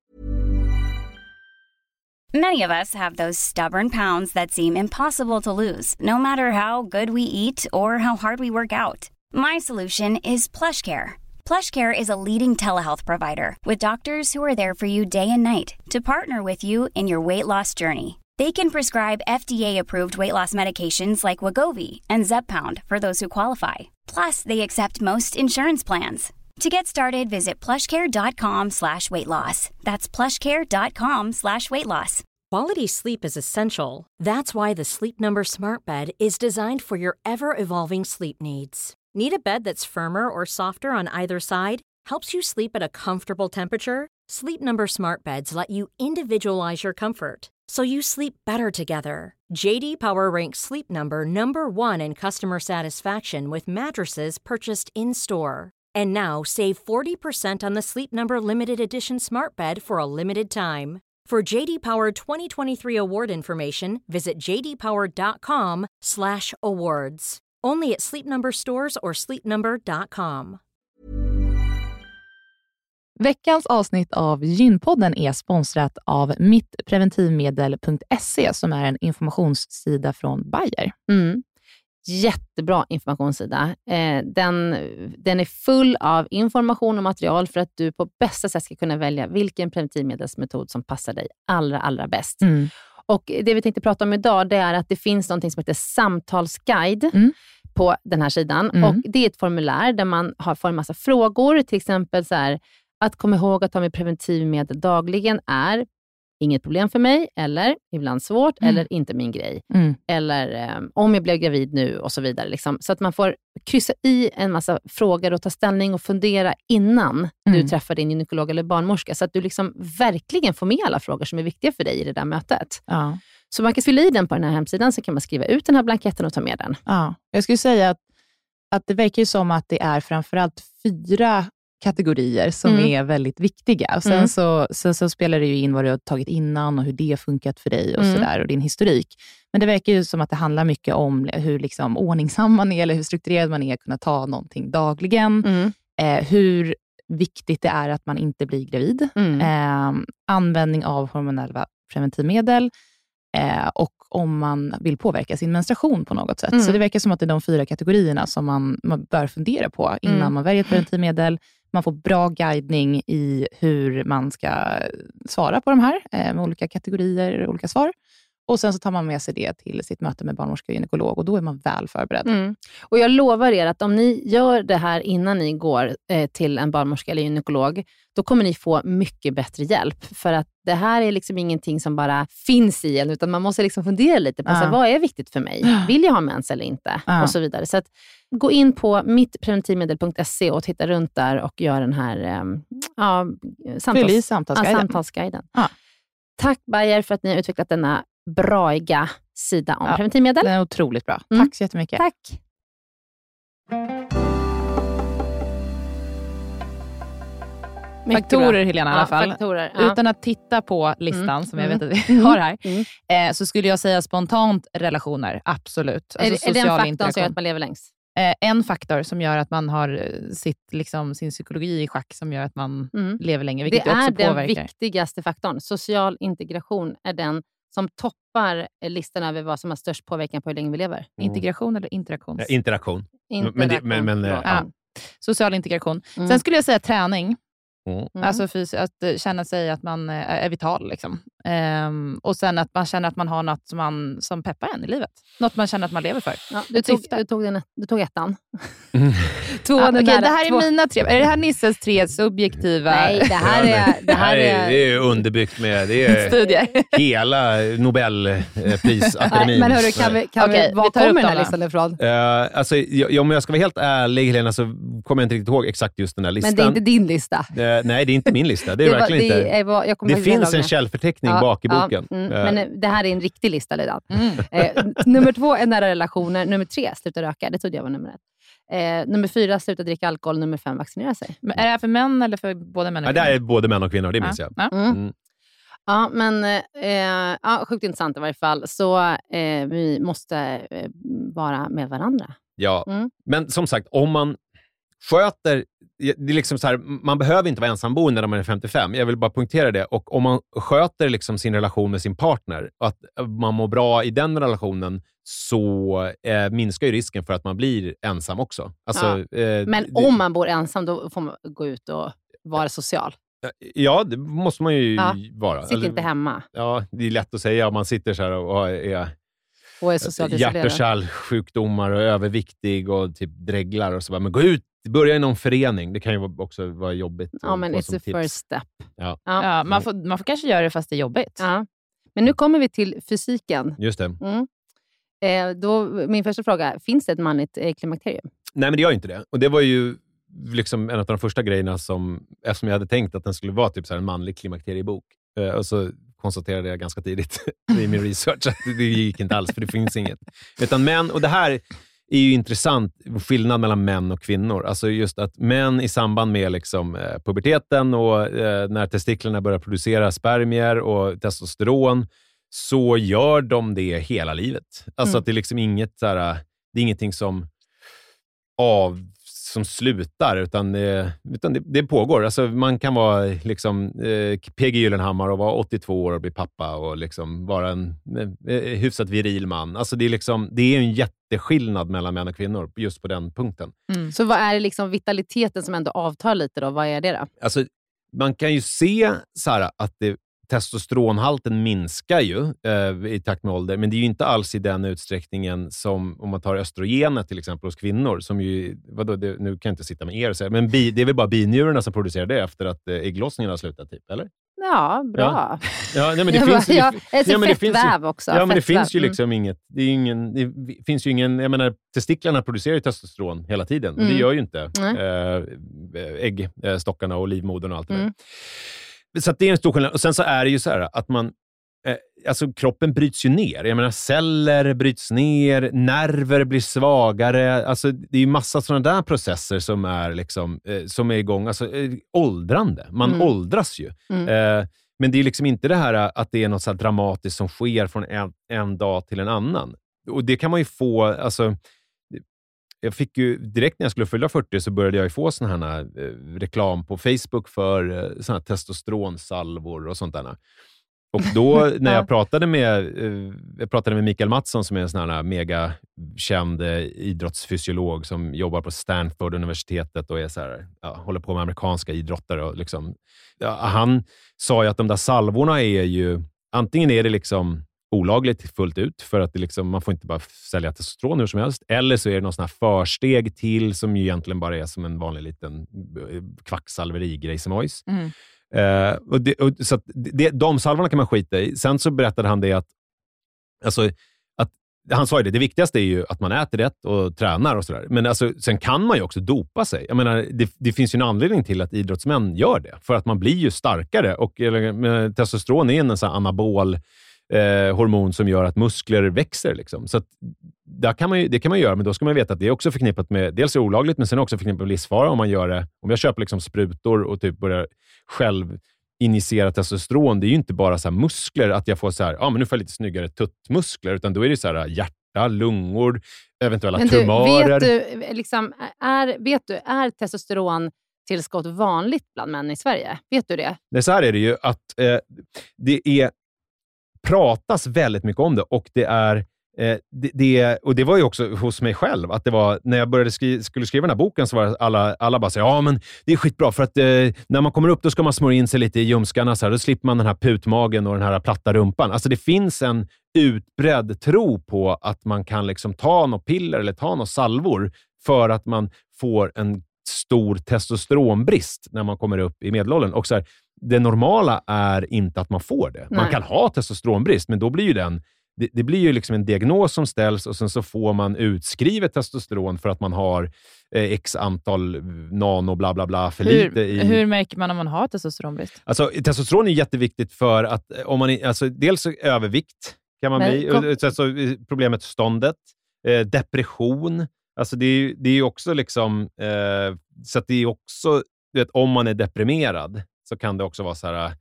Many of us have those stubborn pounds that seem impossible to lose, no matter how good we eat or how hard we work out. My solution is PlushCare. PlushCare is a leading telehealth provider with doctors who are there for you day and night to partner with you in your weight loss journey. They can prescribe F D A-approved weight loss medications like Wegovy and Zepbound for those who qualify. Plus, they accept most insurance plans. To get started, visit plushcare.com slash weight loss. That's plushcare.com slash weight loss. Quality sleep is essential. That's why the Sleep Number Smart Bed is designed for your ever-evolving sleep needs. Need a bed that's firmer or softer on either side? Helps you sleep at a comfortable temperature? Sleep Number Smart Beds let you individualize your comfort, so you sleep better together. J D Power ranks Sleep Number number one in customer satisfaction with mattresses purchased in-store. And now, save forty percent on the Sleep Number Limited Edition Smart Bed for a limited time. For J D Power twenty twenty-three award information, visit jdpower.com slash awards. Only at Sleep Number stores or sleep number dot com. Veckans avsnitt av Gynpodden är sponsrat av mittpreventivmedel punkt se som är en informationssida från Bayer. Mm. Jättebra informationssida. Eh, den, den är full av information och material för att du på bästa sätt ska kunna välja vilken preventivmedelsmetod som passar dig allra, allra bäst. Mm. Och det vi tänkte prata om idag, det är att det finns något som heter samtalsguide mm. på den här sidan. Mm. Och det är ett formulär där man har får en massa frågor, till exempel så här, att komma ihåg att ta med preventivmedel dagligen är inget problem för mig, eller ibland svårt, mm. eller inte min grej. Mm. Eller um, om jag blev gravid nu och så vidare. Liksom. Så att man får kryssa i en massa frågor och ta ställning och fundera innan mm. du träffar din gynekolog eller barnmorska. Så att du liksom verkligen får med alla frågor som är viktiga för dig i det där mötet. Ja. Så man kan fylla i den på den här hemsidan, så kan man skriva ut den här blanketten och ta med den. Ja, jag skulle säga att, att det verkar ju som att det är framförallt fyra kategorier som mm. är väldigt viktiga. Och sen, mm. så, sen så spelar det ju in vad du har tagit innan och hur det har funkat för dig och mm. sådär, och din historik. Men det verkar ju som att det handlar mycket om hur liksom ordningsam man är eller hur strukturerad man är, kunna ta någonting dagligen. Mm. Eh, hur viktigt det är att man inte blir gravid. Mm. Eh, användning av hormonella preventivmedel. Eh, och om man vill påverka sin menstruation på något sätt. Mm. Så det verkar som att det är de fyra kategorierna som man, man bör fundera på innan mm. man väljer ett preventivmedel. Man får bra guidning i hur man ska svara på de här eh, med olika kategorier, olika svar. Och sen så tar man med sig det till sitt möte med barnmorska och gynekolog, och då är man väl förberedd. Mm. Och jag lovar er att om ni gör det här innan ni går eh, till en barnmorska eller gynekolog, då kommer ni få mycket bättre hjälp. För att det här är liksom ingenting som bara finns i en, utan man måste liksom fundera lite på ja. så här, vad är viktigt för mig? Vill jag ha mens eller inte? Ja. Och så vidare. Så att gå in på mittpreventivmedel punkt se och titta runt där och gör den här eh, ja, samtals- samtalsguiden. Ja, samtalsguiden. Ja. Tack Bayer för att ni har utvecklat denna braiga sida om ja, preventivmedel. Den är otroligt bra. Mm. Tack så jättemycket. Tack. Faktorer, Helena, i alla fall. Faktorer, ja. Utan att titta på listan mm. som jag vet att vi mm. har här, mm. eh, så skulle jag säga spontant relationer. Absolut. Alltså är, är det en faktor som gör att man lever längst? Eh, en faktor som gör att man har sitt, liksom, sin psykologi i schack, som gör att man mm. lever länge, vilket det också är påverkar. Den viktigaste faktorn. Social integration är den som toppar listan över vad som har störst påverkan på hur länge vi lever. Mm. Integration eller interaktion? Ja, interaktion. interaktion. Men, det, men, men, ja. Ja. Social integration. Mm. Sen skulle jag säga träning. Mm. Alltså fys- att känna sig att man är vital. Liksom. Ehm, och sen att man känner att man har något som, man, som peppar en i livet. Något man känner att man lever för. Ja, du, tog, du, tog den, du tog ettan. Mm. Tvåan ja, är okay, nära, det här är två. mina tre. Är det här Nisses tre subjektiva? Nej, det här är... Det här är, det är underbyggt med det är studier. Hela Nobelprisakademin. Men hörru, kan vi, kan okay, vi, var vi kommer den här listan ifrån? Uh, alltså, jag, om jag ska vara helt ärlig, Helena, så kommer jag inte riktigt ihåg exakt just den här listan. Men det är inte din lista. Uh, nej, det är inte min lista. Det är det var, verkligen det inte. är, var, jag det finns en källförteckning ja, bak i boken. Ja, mm, uh. Men det här är en riktig lista redan. Mm. Eh, nummer två är nära relationer. Nummer tre, sluta röka. Det trodde jag var nummer ett. Eh, nummer fyra, sluta dricka alkohol. Nummer fem, vaccinera sig. Men är det här för män eller för både män och kvinnor? Ja, det är både män och kvinnor, det ja. minns jag. Ja. Mm. Mm. Ja, men eh, ja, sjukt intressant i varje fall. Så eh, vi måste eh, vara med varandra. Ja, mm. men som sagt, om man sköter... Det är liksom så här, man behöver inte vara ensamboende när man är femtiofem. Jag vill bara punktera det. Och om man sköter liksom sin relation med sin partner, att man mår bra i den relationen, så eh, minskar ju risken för att man blir ensam också. Alltså, ja. eh, men det, om man bor ensam, då får man gå ut och vara social. Ja, det måste man ju ja. vara. Sitt inte hemma. Ja, det är lätt att säga om man sitter så här och är... Och är socialt isolerad. Hjärt- och kärlsjukdomar och överviktig och typ dreglar och så. Men gå ut, börja i någon förening. Det kan ju också vara jobbigt. Ja, men it's the tips. first step. Ja. Ja. Ja, man, får, man får kanske göra det fast det är jobbigt. Ja. Men nu kommer vi till fysiken. Just det. Mm. Eh, då, min första fråga, finns det ett manligt eh, klimakterium? Nej, men det gör inte det. Och det var ju liksom en av de första grejerna som, eftersom jag hade tänkt att den skulle vara typ så här en manlig klimakteriebok. Eh, och så konstaterade jag ganska tidigt i min research att det gick inte alls, för det finns inget. Utan män, och det här är ju intressant, skillnad mellan män och kvinnor. Alltså just att män i samband med liksom, eh, puberteten och eh, när testiklarna börjar producera spermier och testosteron, så gör de det hela livet. Alltså mm. att det är liksom inget så här, det är ingenting som av som slutar, utan, det, utan det, det pågår. Alltså man kan vara liksom eh, P G Gyllenhammar och vara åttiotvå år och bli pappa och liksom vara en eh, hyfsat viril man. Alltså det är liksom, det är en jätteskillnad mellan män och kvinnor just på den punkten. Mm. Så vad är det liksom vitaliteten som ändå avtar lite då? Vad är det då? Alltså man kan ju se så här, att det testosteronhalten minskar ju eh, i takt med ålder, men det är ju inte alls i den utsträckningen som om man tar östrogenet till exempel hos kvinnor, som ju, vadå, det, nu kan jag inte sitta med er och säga, men bi, det är väl bara binjurarna som producerar det efter att eh, ägglossningen har slutat, typ, eller? Ja, bra. Ja, ja nej, men det jag finns, bara, ja, det, ja, men det finns väv ju, också. Ja, men det finns ju mm. liksom inget, det är ingen, det finns ju ingen, jag menar, testiklarna producerar ju testosteron hela tiden, och mm. det gör ju inte mm. äh, äggstockarna och livmodern och allt det mm. där. Så att det är en stor skillnad. Och sen så är det ju så här att man, eh, alltså kroppen bryts ju ner. Jag menar, celler bryts ner, nerver blir svagare. Alltså, det är ju massa sådana där processer som är, liksom, eh, som är igång. Alltså, eh, åldrande. Man Mm. åldras ju. Mm. Eh, men det är liksom inte det här att det är något så här dramatiskt som sker från en, en dag till en annan. Och det kan man ju få, alltså, jag fick ju direkt när jag skulle fylla fyrtio så började jag ju få sån här eh, reklam på Facebook för eh, såna här testosteronsalvor och sånt där. Och då när jag pratade med eh, jag pratade med Mikael Mattsson som är en sån här mega känd eh, idrottsfysiolog som jobbar på Stanford-universitetet och är så här, ja, håller på med amerikanska idrottare och liksom, ja, han sa ju att de där salvorna är ju, antingen är det liksom olagligt fullt ut för att det liksom, man får inte bara sälja testosteron hur som helst, eller så är det någon sån här försteg till som ju egentligen bara är som en vanlig liten kvacksalverigrej som ojs. Mm. Uh, och det, och, så att det, de salvorna kan man skita i. Sen så berättade han det att, alltså, att han sa ju det, det viktigaste är ju att man äter rätt och tränar och sådär. Men alltså, sen kan man ju också dopa sig. Jag menar, det, det finns ju en anledning till att idrottsmän gör det. För att man blir ju starkare och eller, testosteron är en sån här anabol eh, hormon som gör att muskler växer. Liksom. Så att, där kan man ju, det kan man göra, men då ska man veta att det är också förknippat med, dels är det olagligt, men sen är det också förknippat med livsfara om man gör det. Om jag köper liksom sprutor och typ börjar själv injicera testosteron, det är ju inte bara så här muskler, att jag får så här, ja ah, men nu får jag lite snyggare tuttmuskler, utan då är det så här hjärta, lungor, eventuella men du, tumörer. Vet du, liksom, är, vet du, är testosterontillskott vanligt bland män i Sverige? Vet du det? Nej, så här är det ju att eh, det är pratas väldigt mycket om det och det är Eh, det, det, och det var ju också hos mig själv att det var, när jag började skri- skulle skriva den här boken så var alla, alla bara så ja men det är skitbra för att eh, när man kommer upp då ska man smörja in sig lite i ljumskarna så här, då slipper man den här putmagen och den här platta rumpan. Alltså det finns en utbredd tro på att man kan liksom ta något piller eller ta något salvor för att man får en stor testosteronbrist när man kommer upp i medelåldern. Och så här, det normala är inte att man får det. Man Nej. kan ha testosteronbrist, men då blir ju den Det, det blir ju liksom en diagnos som ställs och sen så får man utskrivet testosteron för att man har eh, x antal nano bla bla bla för Hur, lite i... hur märker man om man har testosteronbrist? Alltså testosteron är jätteviktigt för att om man, alltså dels övervikt kan man Men, bli, kom... alltså, problemet ståndet, eh, depression, alltså det är, det är ju också liksom, eh, så att det är också, du vet, om man är deprimerad så kan det också vara så här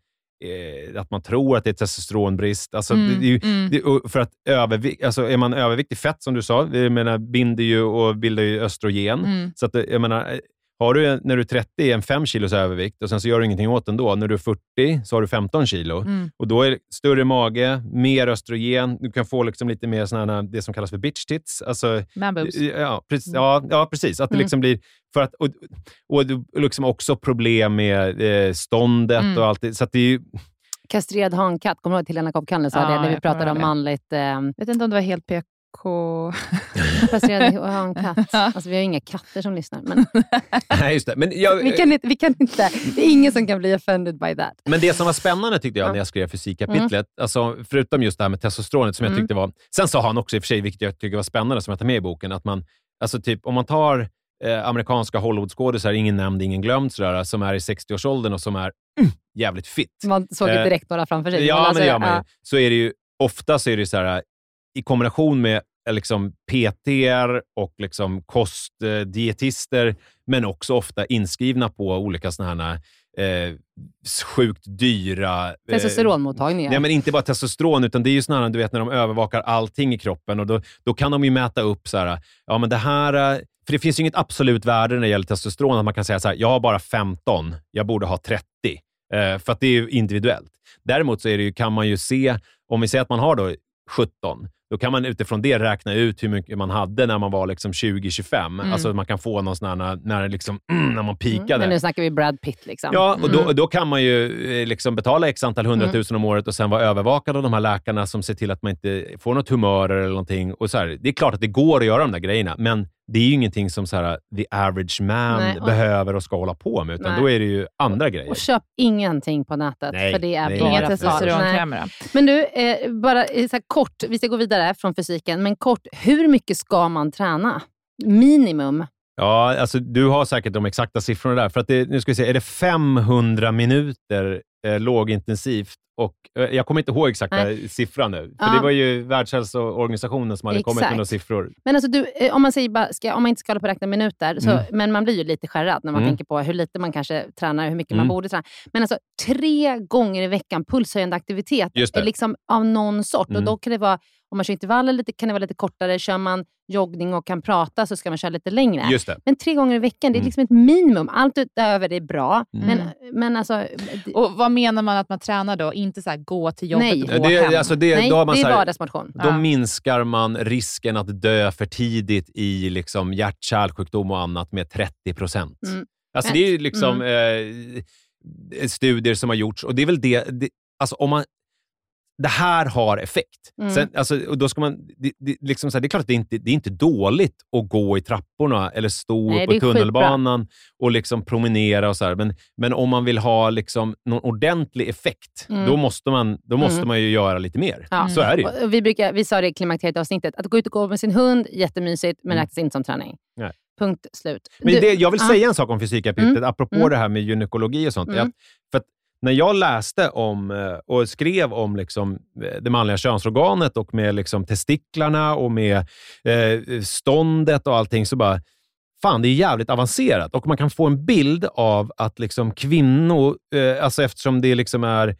Eh, att man tror att det är testosteronbrist. Alltså, Mm, det, det är ju, mm. det, för att övervikt, alltså är man överviktig fett som du sa, jag menar, binder ju och bildar ju östrogen. Mm. Så att, jag menar, har du när du är trettio en fem kilos övervikt och sen så gör du ingenting åt den då. När du är fyrtio så har du femton kilo. Mm. Och då är det större mage, mer östrogen. Du kan få liksom lite mer såna, det som kallas för bitch tits. Alltså, Man boobs. ja, precis, ja, ja, precis. Att det Mm. liksom blir för att, och, och, och liksom också problem med eh, ståndet Mm. och allt det. Så att det är ju... Kastrerad hankatt, kommer du ihåg till Helena Kopp Kalle sa Ja, det när vi jag pratade kommer om ihåg det. manligt eh, Jag vet inte om det var helt P K. kastrerad hankatt. Alltså vi har ju inga katter som lyssnar. Men Nej, just det. Men, jag, vi, kan inte, vi kan inte, det är ingen som kan bli offended by that. men det som var spännande tyckte jag Ja. när jag skrev fysikkapitlet, alltså, förutom just det här med testosteronet som jag Mm. tyckte var... Sen sa han också i och för sig, vilket jag tycker var spännande som jag tar med i boken, att man, alltså typ om man tar eh, amerikanska Hollywoodskådisar, ingen nämnd, ingen glömd, sådär, som är i sextio-årsåldern och som är mm, jävligt fit. Man såg ju Eh, direkt några framför sig. Ja, Men men alltså, det gör man ju. ja. Så är det ju, ofta så är det så här, i kombination med eh, liksom P T-er och liksom kostdietister, men också ofta inskrivna på olika såna här eh, sjukt dyra... Eh, Testosteronmottagningar. nej, men inte bara testosteron, utan det är ju såna här, du vet, när de övervakar allting i kroppen och då, då kan de ju mäta upp så här, ja men det här... eh, För det finns ju inget absolut värde när det gäller testosteron att man kan säga så här, jag har bara femton, jag borde ha trettio. Eh, för att det är ju individuellt. Däremot så är det ju, kan man ju se, om vi säger att man har då sjutton, då kan man utifrån det räkna ut hur mycket man hade när man var liksom tjugo tjugofem. Mm. Alltså man kan få någon sån här, när, när, liksom, mm, när man pikade. Men nu snackar vi Brad Pitt liksom. Ja, och då, Mm. då kan man ju eh, liksom betala x antal hundratusen om året och sen vara övervakad av de här läkarna som ser till att man inte får något humör eller någonting. Och så här, det är klart att det går att göra de där grejerna, men det är ju ingenting som så här, the average man Nej, och- behöver och ska hålla på med, utan Nej. då är det ju andra grejer. Och köp ingenting på nätet, Nej, för det är nej, bara Inga Bara farligt. Nej. testosteronkrämer. Men du, eh, bara eh, så här kort, vi ska gå vidare från fysiken, men kort, hur mycket ska man träna? Minimum? Ja, alltså du har säkert de exakta siffrorna där. För att det, nu ska vi se, är det femhundra minuter eh, lågintensivt. Och eh, jag kommer inte ihåg exakta Nej. siffran nu. För Ja. det var ju Världshälsoorganisationen som hade Exakt. kommit med några siffror. Men alltså du, eh, om man säger bara, ska, om man inte ska hålla på att räkna minuter, så, Mm. men man blir ju lite skärrad när man Mm. tänker på hur lite man kanske tränar, hur mycket Mm. man borde träna. Men alltså tre gånger i veckan pulshöjande aktivitet Just det. är liksom av någon sort. Mm. Och då kan det vara, om man kör intervaller lite, kan det vara lite kortare. Kör man joggning och kan prata så ska man köra lite längre. Just det. Men tre gånger i veckan, det är Mm. liksom ett minimum. Allt utöver är bra. Mm. Men, men alltså... Och vad menar man att man tränar då? Inte så här gå till jobbet Nej. och gå Det, hem? alltså det, nej, då har man det så är här, vardagsmotion. Då Ja. minskar man risken att dö för tidigt i liksom hjärt-kärlsjukdom och annat med trettio procent. Mm. Alltså det är ju liksom eh, studier som har gjorts. Och det är väl det, det alltså om man det här har effekt. Mm. Sen, alltså, och då ska man, det, det, liksom så här, det är klart att det är inte det är inte dåligt att gå i trapporna eller stå Nej, på det är tunnelbanan och liksom promenera och så här. Men, men om man vill ha liksom någon ordentlig effekt, Mm. då måste man då måste Mm. man ju göra lite mer. Ja. Så är det ju. Och- och vi, brukar, vi sa det i klimakteriet-avsnittet, att gå ut och gå med sin hund, jättemysigt, men Mm. räknas inte som träning. Nej. Punkt slut. Men Du- det, jag vill ja. säga en sak om fysikkapitlet, Mm. apropå Mm. det här med gynekologi och sånt. Mm. är Att, för att när jag läste om eh, och skrev om liksom, eh, det manliga könsorganet och med liksom, testiklarna och med eh, ståndet och allting, så bara, fan, det är jävligt avancerat. Och man kan få en bild av att liksom, kvinnor, eh, alltså eftersom det liksom är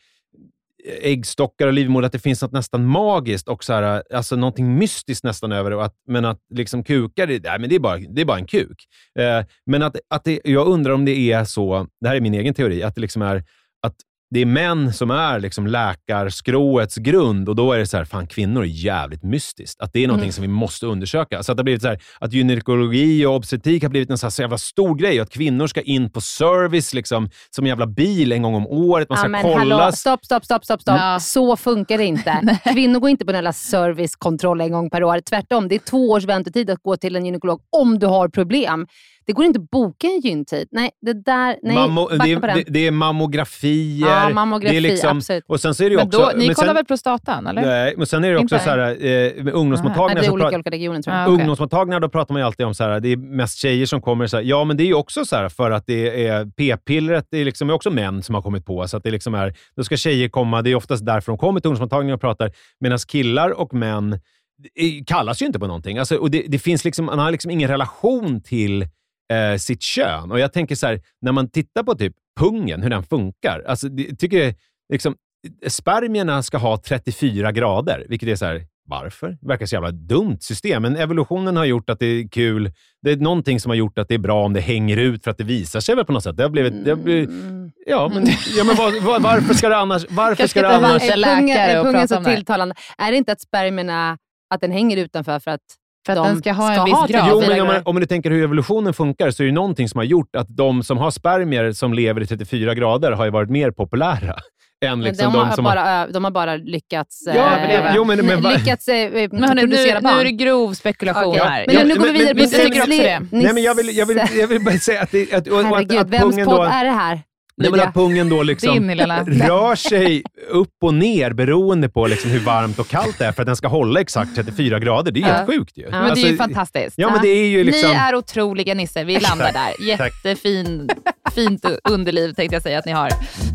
äggstockar och livmoder, att det finns något nästan magiskt och så här, alltså någonting mystiskt nästan över det. Och att, men att liksom kukar, det, nej, men det, är bara, det är bara en kuk. Eh, men att, att det, jag undrar om det är så, det här är min egen teori, att det liksom är att det är män som är liksom läkarskråets grund, och då är det så här, fan, kvinnor är jävligt mystiskt. Att det är någonting Mm. som vi måste undersöka. Så att det har blivit så här, att gynekologi och obstetrik har blivit en så, här, så jävla stor grej, och att kvinnor ska in på service liksom, som en jävla bil en gång om året. Man ska Ja, men kollas. hallå, stopp, stopp, stopp, stopp, stopp. Ja. Så funkar det inte. Kvinnor går inte på en jävla servicekontroll en gång per år. Tvärtom, det är två års väntetid att gå till en gynekolog om du har problem. Det går inte att boka en gyntid. Nej, det där, nej, Mammo, backa det, på den. det, det är mammografier. Ja, mammografi, det är liksom, absolut. och sen så är det ju Men också... då, ni men kollar sen, väl prostatan, eller? Nej, men sen är det också Inte? så här, eh, med ungdomsmottagningar. Nej, det är så olika pra- olika regioner, tror jag. Ja, okej. Ungdomsmottagningar, då pratar man ju alltid om så här, det är mest tjejer som kommer så här, ja, men det är ju också så här för att det är p-pillret, det är liksom också män som har kommit på, så att det liksom är, då ska tjejer komma, det är oftast därför de kommer till ungdomsmottagningar och pratar, medan killar och män eh, kallas ju inte på någonting. Alltså, och det, det finns liksom, man har liksom ingen relation till eh, sitt kön. Och jag tänker så här, när man tittar på typ pungen, hur den funkar, alltså, det, jag tycker det, liksom, spermierna ska ha trettiofyra grader, vilket är så här, varför? Det verkar så jävla dumt system, men evolutionen har gjort att det är kul. Det är någonting som har gjort att det är bra om det hänger ut, för att det visar sig väl på något sätt. Det har blivit... Det har blivit ja, men, ja, men var, var, varför ska det annars... Varför Kanske ska det inte annars... hos en Är pungen, läkare är och pungen prata så om det här. tilltalande? Är det inte att spermierna, att den hänger utanför för att För att de den ska ha en viss ha grad. typ Jo, fyra men om man, grader? om man tänker hur evolutionen funkar, så är det någonting som har gjort att de som har spermier som lever i trettiofyra grader har ju varit mer populära än Men liksom de, de, har som har... bara, ö- de har bara lyckats, Ja, eh, men det- jo, men- men va- lyckats eh, Men hörni, nu, producera nu barn. är det grov spekulation Okej. här. Men Ja, nu går vi men- vidare men- på men- tycker också det. Nej, men jag vill, jag, vill, jag vill bara säga att, det, att, och, och att, Herregud, att vems pungen podd då... är det här? Nej, men att pungen då liksom Din, Helena. rör sig upp och ner beroende på liksom hur varmt och kallt det är, för att den ska hålla exakt trettiofyra grader. Det är helt Ja. sjukt ju. Men det är ju Alltså, fantastiskt. Ja, men det är ju liksom... Ni är otroliga nisser. Vi landar där. Jättefin, fint underliv tänkte jag säga att ni har.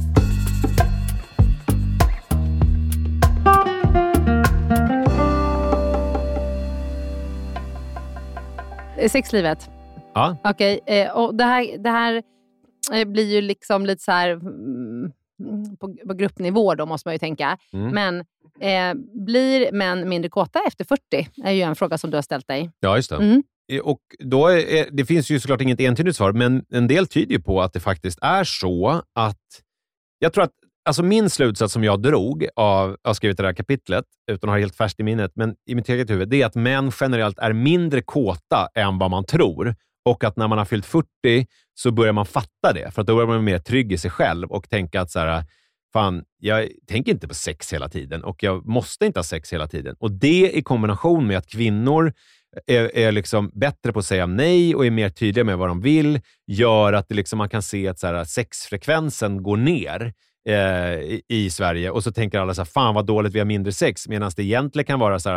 Eh, Sexlivet. Ja. Okej, eh, och det här, det här eh, blir ju liksom lite så här mm, på, på gruppnivå då, måste man ju tänka. Mm. Men eh, blir män mindre kåta efter fyrtio? Är ju en fråga som du har ställt dig. Ja, just det. Mm. Och då är, det finns ju såklart inget entydigt svar, men en del tyder ju på att det faktiskt är så att... Jag tror att alltså min slutsats som jag drog av att skrivit det här kapitlet, utan att ha helt färskt i minnet, men i mitt eget huvud, det är att män generellt är mindre kåta än vad man tror. Och att när man har fyllt fyrtio så börjar man fatta det. För att då börjar man mer trygg i sig själv och tänka att så här, fan, jag tänker inte på sex hela tiden och jag måste inte ha sex hela tiden. Och det i kombination med att kvinnor är, är liksom bättre på att säga nej och är mer tydliga med vad de vill, gör att det liksom, man kan se att så här, sexfrekvensen går ner eh, i, i Sverige. Och så tänker alla så här, fan vad dåligt, vi har mindre sex. Medan det egentligen kan vara så här att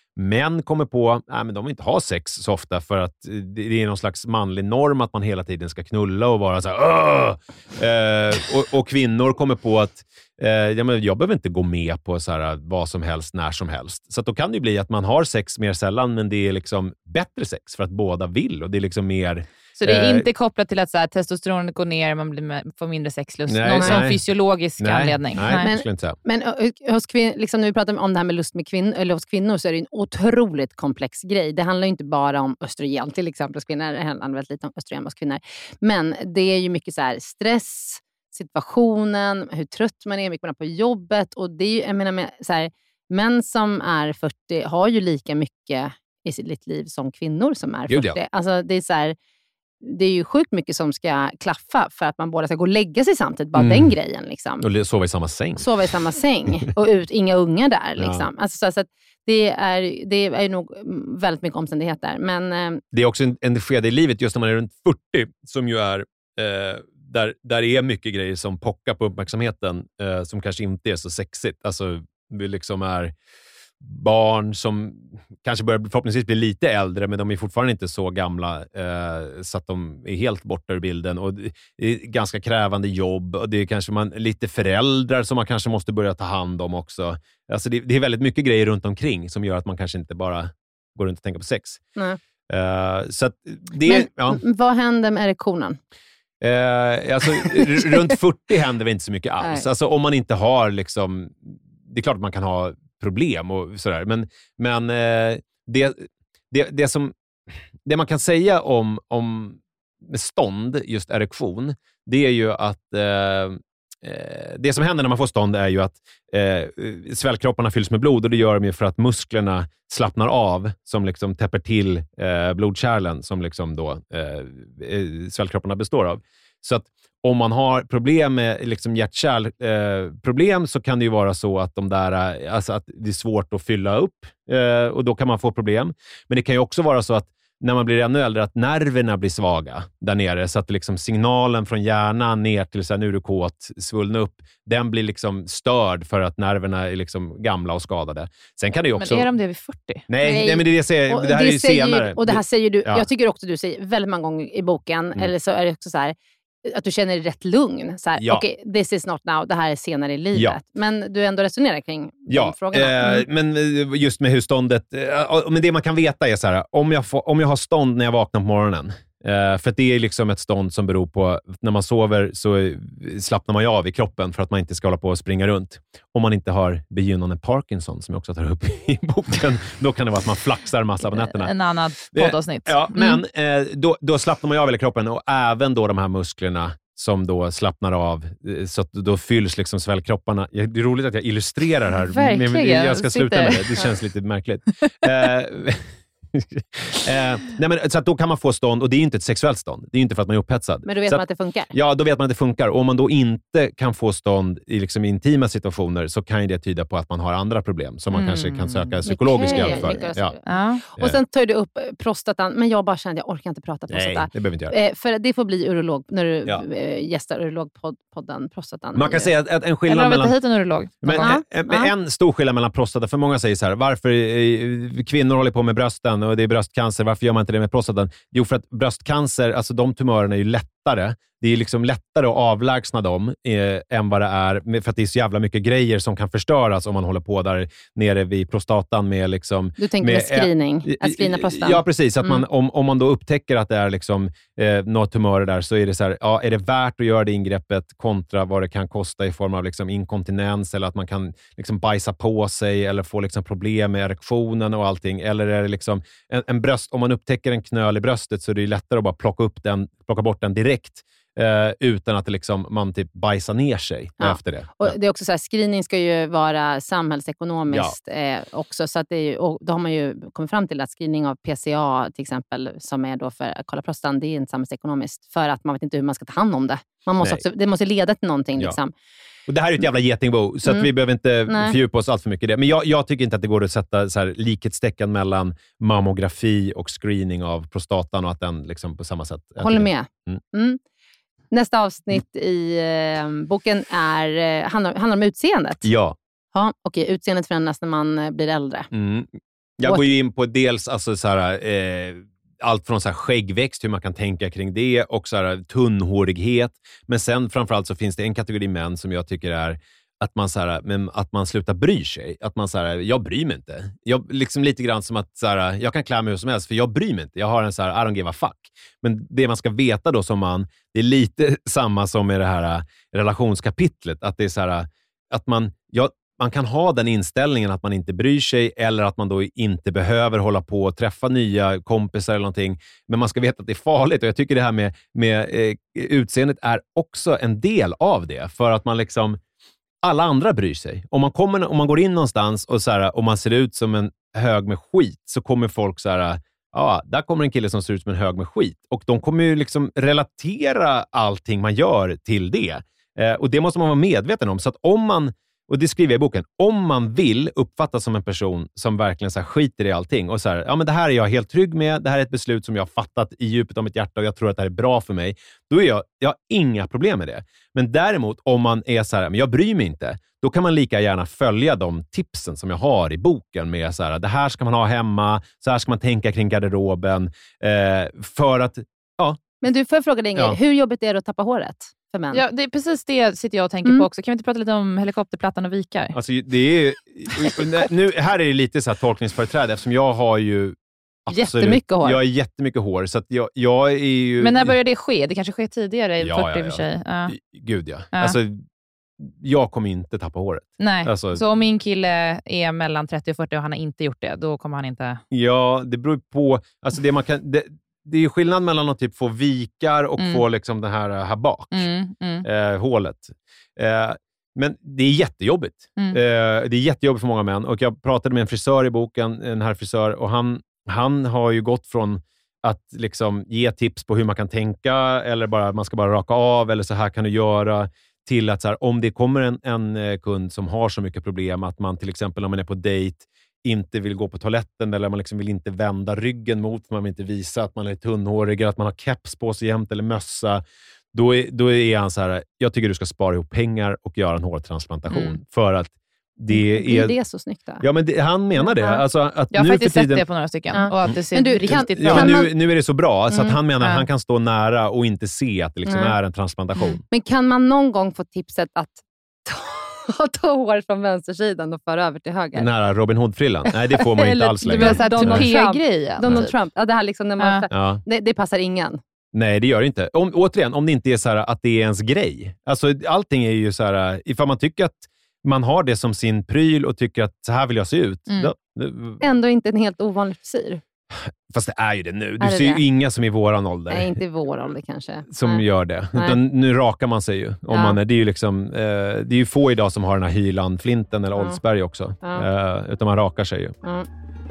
Män kommer på nej, men de vill inte ha sex så ofta för att det är någon slags manlig norm att man hela tiden ska knulla och vara så här. Eh, och, och kvinnor kommer på att eh, ja, men jag behöver inte gå med på så här, vad som helst när som helst. Så att då kan det bli att man har sex mer sällan, men det är liksom bättre sex för att båda vill och det är liksom mer... Så det är eh, inte kopplat till att så här, testosteronet går ner, man blir med, får mindre sexlust. Nej, Någon nej. sån fysiologisk nej, anledning. Nej, nej. Men- det skulle jag inte säga. Men ö, hos kvin- liksom när vi pratar om det här med lust med kvin- eller hos kvinnor så är det en otroligt komplex grej. Det handlar ju inte bara om östrogen till exempel hos kvinnor. Det handlar väldigt lite om östrogen hos kvinnor. Men det är ju mycket så här stress, situationen, hur trött man är, mycket man är på jobbet. Och det är ju, jag menar, med, så här, män som är fyrtio har ju lika mycket i sitt liv som kvinnor som är Gud, fyrtio. ja. Alltså det är så här, det är ju sjukt mycket som ska klaffa för att man båda ska gå och lägga sig samtidigt. Bara Mm. den grejen liksom. Och sova i samma säng. Sova i samma säng och ut, inga ungar där. Ja. Liksom. Alltså, så, så att det, är, det är nog väldigt mycket omständigheter. Men eh, Det är också en, en skede i livet just när man är runt fyrtio som ju är eh, där, där är mycket grejer som pockar på uppmärksamheten eh, som kanske inte är så sexigt. Alltså vi liksom är barn som kanske börjar förhoppningsvis bli lite äldre, men de är fortfarande inte så gamla eh, så att de är helt borta ur bilden, och det är ganska krävande jobb och det är kanske man, lite föräldrar som man kanske måste börja ta hand om också. Alltså det, det är väldigt mycket grejer runt omkring som gör att man kanske inte bara går runt och tänker på sex. nej. Eh, så att det Men ja. m- vad händer med erektionen? Eh, alltså, r- runt fyrtio händer väl inte så mycket alls. Nej. Alltså, om man inte har liksom, det är klart att man kan ha problem och sådär, men, men eh, det, det, det som det man kan säga om, om stånd, just erektion, det är ju att eh, det som händer när man får stånd är ju att eh, svällkropparna fylls med blod, och det gör de ju för att musklerna slappnar av som liksom täpper till eh, blodkärlen som liksom då eh, svällkropparna består av. Så att om man har problem med liksom hjärt-kärlproblem eh, problem, så kan det ju vara så att de där, alltså att det är svårt att fylla upp eh, och då kan man få problem. Men det kan ju också vara så att när man blir ännu äldre att nerverna blir svaga där nere, så att liksom signalen från hjärnan ner till så här, nu är du kåt, svullna upp, den blir liksom störd för att nerverna är liksom gamla och skadade. Sen kan det ju också... Men är de det vid fyrtio? Nej, Nej. nej, men det, är det, jag säger, Och det här är ju säger, senare. Och det här säger du, Ja. jag tycker också du säger väldigt många gånger i boken, Mm. eller så är det också så här, att du känner dig rätt lugn. Så här, Ja. okej, this is not now, det här är senare i livet. Ja. Men du ändå resonerar kring Ja, de frågorna. eh, men just med hur ståndet... Eh, men det man kan veta är så här, om jag, får, om jag har stånd när jag vaknar på morgonen, eh, för att det är liksom ett stånd som beror på, när man sover så slappnar man ju av i kroppen för att man inte ska hålla på och springa runt. Om man inte har begynnande Parkinson, som jag också tar upp i boken, då kan det vara att man flaxar massa på nätterna. En annan poddavsnitt. Ja, Mm. men eh, då, då slappnar man ju av hela kroppen, och även då de här musklerna som då slappnar av, eh, så att då fylls liksom svällkropparna. Ja, det är roligt att jag illustrerar här. Verkligen. Men jag ska sluta Sitter- med det. Det känns lite märkligt. eh, eh, nej men, så att då kan man få stånd, och det är inte ett sexuellt stånd. Det är inte för att man är upphetsad. Men då vet så man att det funkar. Ja, då vet man att det funkar. Och om man då inte kan få stånd i liksom intima situationer, så kan ju det tyda på att man har andra problem som man Mm. kanske kan söka psykologisk Okej, hjälp för. mycket Ja. Ja. Och sen tar du upp prostatan, men jag bara kände att jag orkar inte prata Nej, prostata. det behöver inte göra. Eh, för det får bli urolog när du Ja. eh, gästar urologpodden prostatan. Man kan säga att, att en skillnad Eller har vi mellan... inte hit en urolog? Men Ja. en, Ja. en stor skillnad mellan prostata, för många säger så här, varför eh, kvinnor håller på med brösten och det är bröstcancer, varför gör man inte det med prostatan? Jo, för att bröstcancer, alltså de tumörerna är ju lättare. Det är liksom lättare att avlägsna dem eh, än vad det är, för att det är så jävla mycket grejer som kan förstöras om man håller på där nere vid prostatan med liksom... Du tänker med, med screening, att screena prostan. Ja, precis. Att Mm. man, om, om man då upptäcker att det är liksom, eh, några tumörer där, så är det så här, ja, är det värt att göra det ingreppet kontra vad det kan kosta i form av liksom inkontinens, eller att man kan liksom bajsa på sig eller få liksom problem med erektionen och allting. Eller är det liksom en, en bröst, om man upptäcker en knöl i bröstet, så är det lättare att bara plocka upp den, plocka bort den direkt. Eh, utan att det liksom, man typ bajsar ner sig Ja. efter det. Och Ja. det är också så här, screening ska ju vara samhällsekonomiskt eh, också. Så att det är ju, och då har man ju kommit fram till att screening av P C A till exempel, som är då för att kolla prostan, det är inte samhällsekonomiskt. För att man vet inte hur man ska ta hand om det. Man måste också, det måste leda till någonting. Ja. Liksom. Och det här är ett jävla getingbo, så att Mm. vi behöver inte Nej. fördjupa oss allt för mycket i det. Men jag, jag tycker inte att det går att sätta så här likhetstecken mellan mammografi och screening av prostatan, och att den liksom på samma sätt... Håller med. Mm. Mm. Nästa avsnitt i eh, boken är, eh, handlar, handlar om utseendet. Ja. Ja, okej, utseendet förändras när man eh, blir äldre. Mm. Jag går ju in på dels alltså, så här, eh, allt från så här, skäggväxt, hur man kan tänka kring det, och så här, tunnhårighet. Men sen framförallt så finns det en kategori män som jag tycker är att man, så här, men att man slutar bry sig. Att man så här, jag bryr mig inte. Jag, liksom lite grann som att så här, jag kan klä mig hur som helst för jag bryr mig inte. Jag har en så här, I don't give a fuck. Men det man ska veta då som man, det är lite samma som med det här relationskapitlet. Att det är så här, att man, ja, man kan ha den inställningen att man inte bryr sig eller att man då inte behöver hålla på och träffa nya kompisar eller någonting. Men man ska veta att det är farligt och jag tycker det här med, med eh, utseendet är också en del av det. För att man liksom, alla andra bryr sig. Om man, kommer, om man går in någonstans och, så här, och man ser ut som en hög med skit så kommer folk så här, ja, där kommer en kille som ser ut som en hög med skit. Och de kommer ju liksom relatera allting man gör till det. Eh, och det måste man vara medveten om. Så att om man, och det skriver jag i boken, om man vill uppfattas som en person som verkligen så här skiter i allting och så här, ja men det här är jag helt trygg med, det här är ett beslut som jag har fattat i djupet av mitt hjärta och jag tror att det här är bra för mig, då är jag, jag har inga problem med det. Men däremot om man är så här, men jag bryr mig inte, då kan man lika gärna följa de tipsen som jag har i boken med så här, det här ska man ha hemma, så här ska man tänka kring garderoben, eh, för att, ja. Men du, får jag fråga dig Ingrid, ja. hur jobbigt är det att tappa håret? För män. Ja, det är precis det sitter jag och tänker mm. på också. Kan vi inte prata lite om helikopterplattan och vikar? Alltså, det är, nu, här är det lite så här tolkningsföreträde eftersom jag har ju absolut, jättemycket hår. Jag har jättemycket hår. Så att jag, jag är ju... Men när börjar det ske? Det kanske sker tidigare i ja, fyrtio ja, för sig. Ja. Gud ja. ja. Alltså, jag kommer inte tappa håret. Nej, alltså, så om min kille är mellan trettio och fyrtio och han har inte gjort det, då kommer han inte... Ja, det beror på... Alltså det man kan... Det, det är ju skillnad mellan att typ få vikar och mm. få liksom det här här bak. Mm, mm. Eh, hålet. Eh, men det är jättejobbigt. Mm. Eh, det är jättejobbigt för många män. Och jag pratade med en frisör i boken, en här frisör, och han, han har ju gått från att liksom ge tips på hur man kan tänka eller bara man ska bara raka av eller så här kan du göra, till att så här, om det kommer en, en kund som har så mycket problem att man till exempel om man är på dejt inte vill gå på toaletten eller man liksom vill inte vända ryggen mot för man vill inte visa att man är tunnhårig, att man har keps på sig jämt eller mössa, då är, då är han så här, jag tycker du ska spara ihop pengar och göra en hårtransplantation mm. för att det är... Det är så snyggt där. Ja, men det, han menar det. Alltså, att jag har nu faktiskt för tiden... sett det på några stycken. Ja. Och att det ser men du, riktigt kan, bra. Ja, man... nu, nu är det så bra. Mm. Så att han menar att ja. han kan stå nära och inte se att det liksom mm. är en transplantation. Mm. Men kan man någon gång få tipset att ta, ta håret från vänstersidan och föra över till höger? Den här Robin Hood-frillan? Nej, det får man inte alls längre. Du menar såhär Donald Trump-grejen? Donald typ. Trump. Ja, det här liksom när man... Ja. Det, det passar ingen. Nej, det gör det inte. Om, återigen, om det inte är så här att det är ens grej. Alltså, allting är ju så här, ifall man tycker att man har det som sin pryl och tycker att så här vill jag se ut. Mm. Då, ändå inte en helt ovanlig frisyr. Fast det är ju det nu. Du det ser ju det? inga som i våran ålder. Nej, inte i vår ålder kanske. Som Nej. gör det. Utan nu rakar man sig ju. Om ja. man är, det är ju liksom, eh, det är ju få idag som har den här Hyland-flinten eller ja. Oldsberg också. Ja. Eh, utan man rakar sig ju. Ja.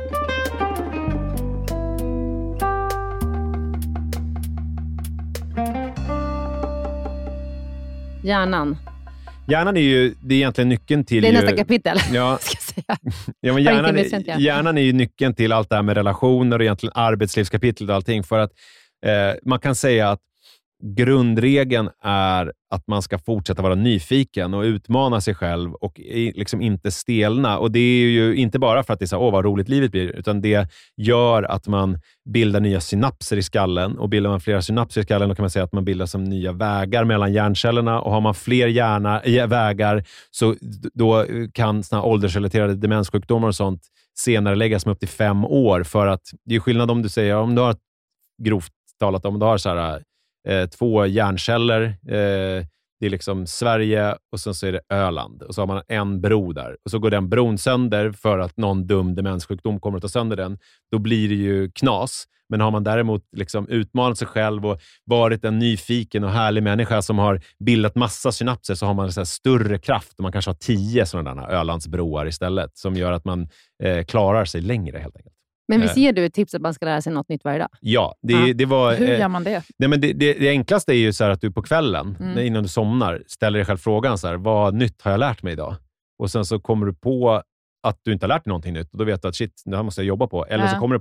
Hjärnan. Hjärnan är ju det är egentligen nyckeln till... Det är ju, nästa kapitel, ja, ska jag säga. Ja, men hjärnan, är, hjärnan är ju nyckeln till allt det här med relationer och egentligen arbetslivskapitlet och allting. För att eh, man kan säga att grundregeln är att man ska fortsätta vara nyfiken och utmana sig själv och liksom inte stelna. Och det är ju inte bara för att det är så, åh vad roligt livet blir, utan det gör att man bildar nya synapser i skallen. Och bildar man flera synapser i skallen, då kan man säga att man bildar som nya vägar mellan hjärncellerna. Och har man fler hjärna, vägar så då kan såna åldersrelaterade demenssjukdomar och sånt senare läggas med upp till fem år. För att det är skillnad om du säger, om du har grovt talat om, du har så här Eh, två hjärnceller. Eh, det är liksom Sverige och sen så är det Öland. Och så har man en bro där. Och så går den bron sönder för att någon dum demenssjukdom kommer att ta sönder den. Då blir det ju knas. Men har man däremot liksom utmanat sig själv och varit en nyfiken och härlig människa som har bildat massa synapser, så har man så här större kraft och man kanske har tio sådana där Ölandsbroar istället som gör att man eh, klarar sig längre helt enkelt. Men visst ger du ett tips att man ska lära sig något nytt varje dag? Ja, det, ja. det var... Hur gör man det? Nej, men det, det, det enklaste är ju så här att du på kvällen, mm. innan du somnar, ställer dig själv frågan så här, vad nytt har jag lärt mig idag? Och sen så kommer du på att du inte har lärt dig någonting nytt. Och då vet du att shit, det här måste jag jobba på. Eller ja. så kommer du på,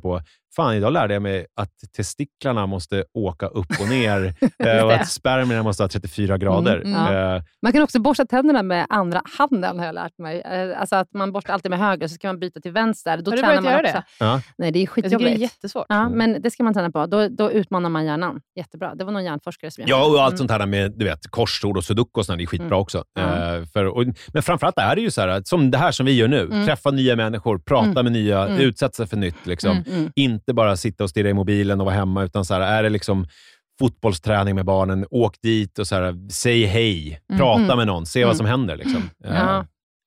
fan, idag lärde jag mig att testiklarna måste åka upp och ner eh, och att spermierna måste ha trettiofyra grader. Mm, ja. eh, Man kan också borsta tänderna med andra handen, har jag lärt mig. Eh, alltså att man borstar alltid med höger, så ska man byta till vänster. Då har du tränar börjat man göra också. det? Ja. Nej, det är Jag tycker det är skitjobbigt. jättesvårt. Ja, men det ska man träna på. Då, då utmanar man hjärnan. Jättebra. Det var någon hjärnforskare som Ja, och allt mm. sånt här med, du vet, korsord och sudoku och sånt, det är skitbra Mm. också. Ja. Eh, för, och, men framförallt är det ju så här, som det här som vi gör nu. Mm. Träffa nya människor, prata Mm. med nya, Mm. utsätta sig för nytt. Liksom. Mm. Mm. Inte bara sitta och stirra i mobilen och vara hemma, utan så här, är det liksom fotbollsträning med barnen, åk dit och så här, säg hej, Mm. prata Mm. med någon, se Mm. vad som händer. Liksom. Eh, Ja.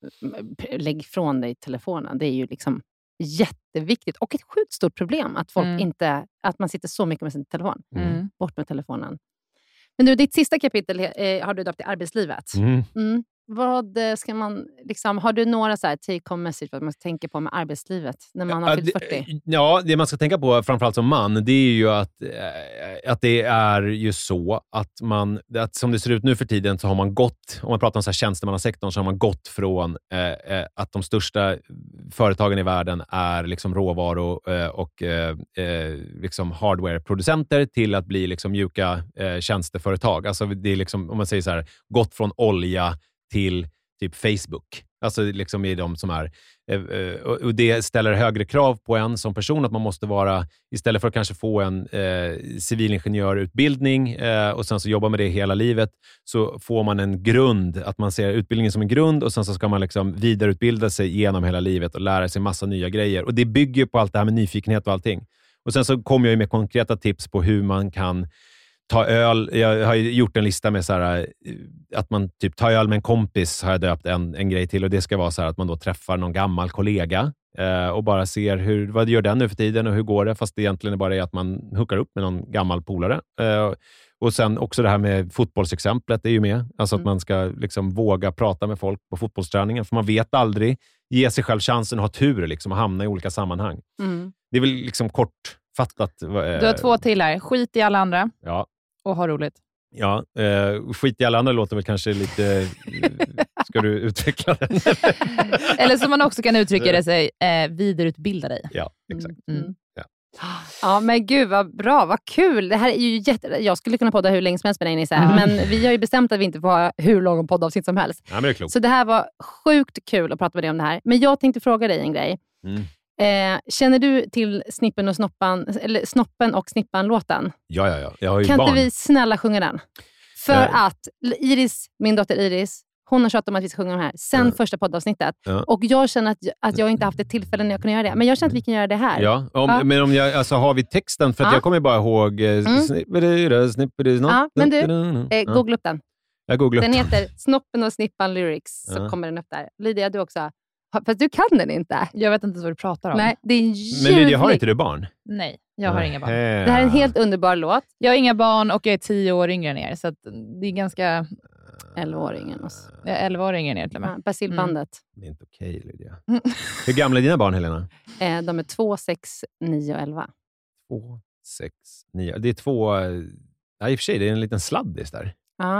Lägg från dig telefonen. Det är ju liksom jätteviktigt. Och ett sjukt stort problem att folk Mm. inte, att man sitter så mycket med sin telefon. Mm. Bort med telefonen. Men du, ditt sista kapitel eh, har du döpt till arbetslivet. Mm. Mm. Vad eh, ska man, liksom, har du några så här take-home message vad man ska tänka på med arbetslivet när man har Ja, fyllt det- fyrtio? Ja, det man ska tänka på, framförallt som man, det är ju att, eh, att det är ju så att man, att som det ser ut nu för tiden så har man gått, om man pratar om så här tjänstemannasektorn, så har man gått från eh, eh, att de största företagen i världen är liksom råvaror eh, och eh, eh, liksom hardware-producenter till att bli liksom mjuka eh, tjänsteföretag. Alltså det är liksom, om man säger så här, gått från olja till typ Facebook. Alltså liksom är de som är... Eh, och det ställer högre krav på en som person, att man måste vara, istället för att kanske få en eh, civilingenjörutbildning eh, och sen så jobba med det hela livet, så får man en grund, att man ser utbildningen som en grund och sen så ska man liksom vidareutbilda sig genom hela livet och lära sig massa nya grejer. Och det bygger på allt det här med nyfikenhet och allting. Och sen så kommer jag ju med konkreta tips på hur man kan ta öl. Jag har ju gjort en lista med så här, att man typ tar öl med en kompis, har jag döpt en, en grej till, och det ska vara så här att man då träffar någon gammal kollega eh, och bara ser hur, vad gör den nu för tiden och hur går det, fast det egentligen är bara är att man hookar upp med någon gammal polare. Eh, och sen också det här med fotbollsexemplet är ju med. Alltså Mm. att man ska liksom våga prata med folk på fotbollsträningen, för man vet aldrig, ge sig själv chansen att ha tur liksom, och hamna i olika sammanhang. Mm. Det är väl liksom kortfattat. Eh, Du har två till här. Skit i alla andra Ja. och ha roligt. Ja, eh, skit i alla andra låter väl kanske lite... Ska du utveckla den? Eller som man också kan uttrycka det sig, eh, vidareutbilda dig. Ja, exakt. Mm. Ja. Ja, men gud vad bra, vad kul. Det här är ju jätte... Jag skulle kunna podda hur länge som helst med dig, Nisse. Mm. Men vi har ju bestämt att vi inte får ha hur lång poddavsnitt som helst. Ja, men det är klokt. Så det här var sjukt kul att prata med dig om det här. Men jag tänkte fråga dig en grej. Mm. Eh, känner du till Snippen och Snoppan, eller Snoppen och Snippan-låten? Ja, ja, ja. Jag har ju Kan barn. inte vi snälla sjunga den? För Nej. att Iris, min dotter Iris, hon har tjatat om att vi ska sjunga den här sen Ja. första poddavsnittet. Ja. Och jag känner att, att jag inte haft ett tillfälle när jag kunde göra det. Men jag känner att vi kan göra det här. Ja, om, Ja. men om jag, alltså, har vi texten? För att Ja. jag kommer bara ihåg... Eh, Mm. snippidi, snippidi, snopp, Ja, men du, ja. Eh, googla upp den. Jag googlar Den upp heter Snoppen och Snippan Lyrics. Så Ja. kommer den upp där. Lydia, du också. Ha- Fast du kan den inte. Jag vet inte vad du pratar om. Nej, det är en Men Lydia, har ljuvlig- inte du barn? Nej, jag har inga barn. Nähä. Det här är en helt underbar låt. Jag har inga barn och jag är tio år yngre än er. Så att det är ganska... elva-åringen. Alltså. Jag är elva år yngre än er till och med. Ja, Basilbandet. Det är inte okej, Lydia. Hur gamla är dina barn, Helena? Eh, de är två, sex, nio och elva. Två, sex, nio. Det är två... eh, Ja, i och för sig, det är en liten sladdis där.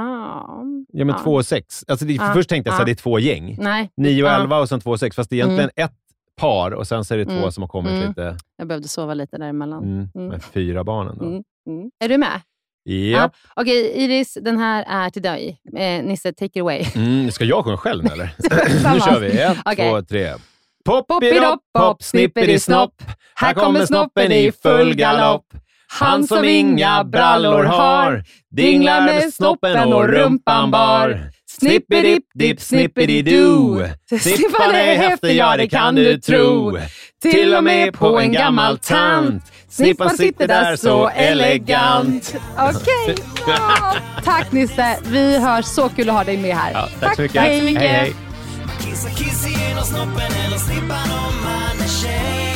Ah. Ja, men Ja. två och sex. Alltså, det, Ja. Först tänkte jag att Ja. det är två gäng. Nej. Nio och Ja. elva och sen två och sex. Fast det är egentligen ett par och sen så är det två Mm. som har kommit Mm. lite... Jag behövde sova lite däremellan. Mm, Mm. med fyra barnen då. Mm. Mm. Är du med? Ja. Okej, Iris, den här är till dig. Eh, Nisse, take it away. Mm, ska jag sjunga själv nu, eller? nu Tillsammans. kör vi. Ett, Okej. två, tre. Pop, Poppidopp, pop, snippidi-snopp. Här kommer snoppen i full galopp. Han som inga brallor har dinglar med snoppen och rumpan bar. Snippidipp-dipp, snippidi-doo. Snippan är häftig, ja det kan du tro. Till och med på en gammal tant. Snippan sitter där så elegant. Okej, ja. Tack Nisse. Vi hörs, så kul att ha dig med här. Ja, tack, så mycket. Tack så mycket. Hej, hej. Kissa kiss genom snoppen eller snippan om man är tjej.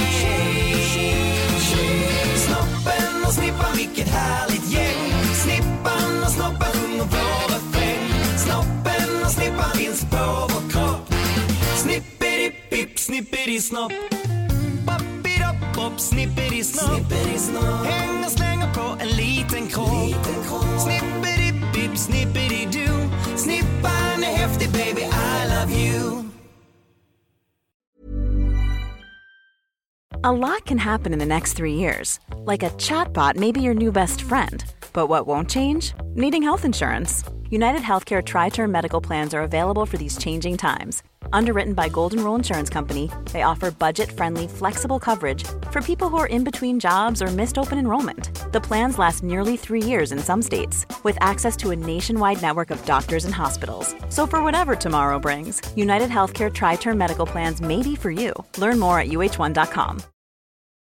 Snoppen och snippan, vilket härligt gäng. Snippan och snoppen sjunger vår refräng. Snoppen och snippan finns på vår kropp. Snippidi-pip, snippidi-snopp. Poppidopp, snippidi-snopp. Häng och slänger på en liten kropp. Snippidi-pip, snippidi-doo. Snippan är häftig baby, I love you. A lot can happen in the next three years. Like a chatbot may be your new best friend. But what won't change? Needing health insurance. United Healthcare Tri-Term Medical Plans are available for these changing times. Underwritten by Golden Rule Insurance Company, they offer budget-friendly, flexible coverage for people who are in between jobs or missed open enrollment. The plans last nearly three years in some states, with access to a nationwide network of doctors and hospitals. So for whatever tomorrow brings, United Healthcare Tri-Term Medical Plans may be for you. Learn more at U H one dot com.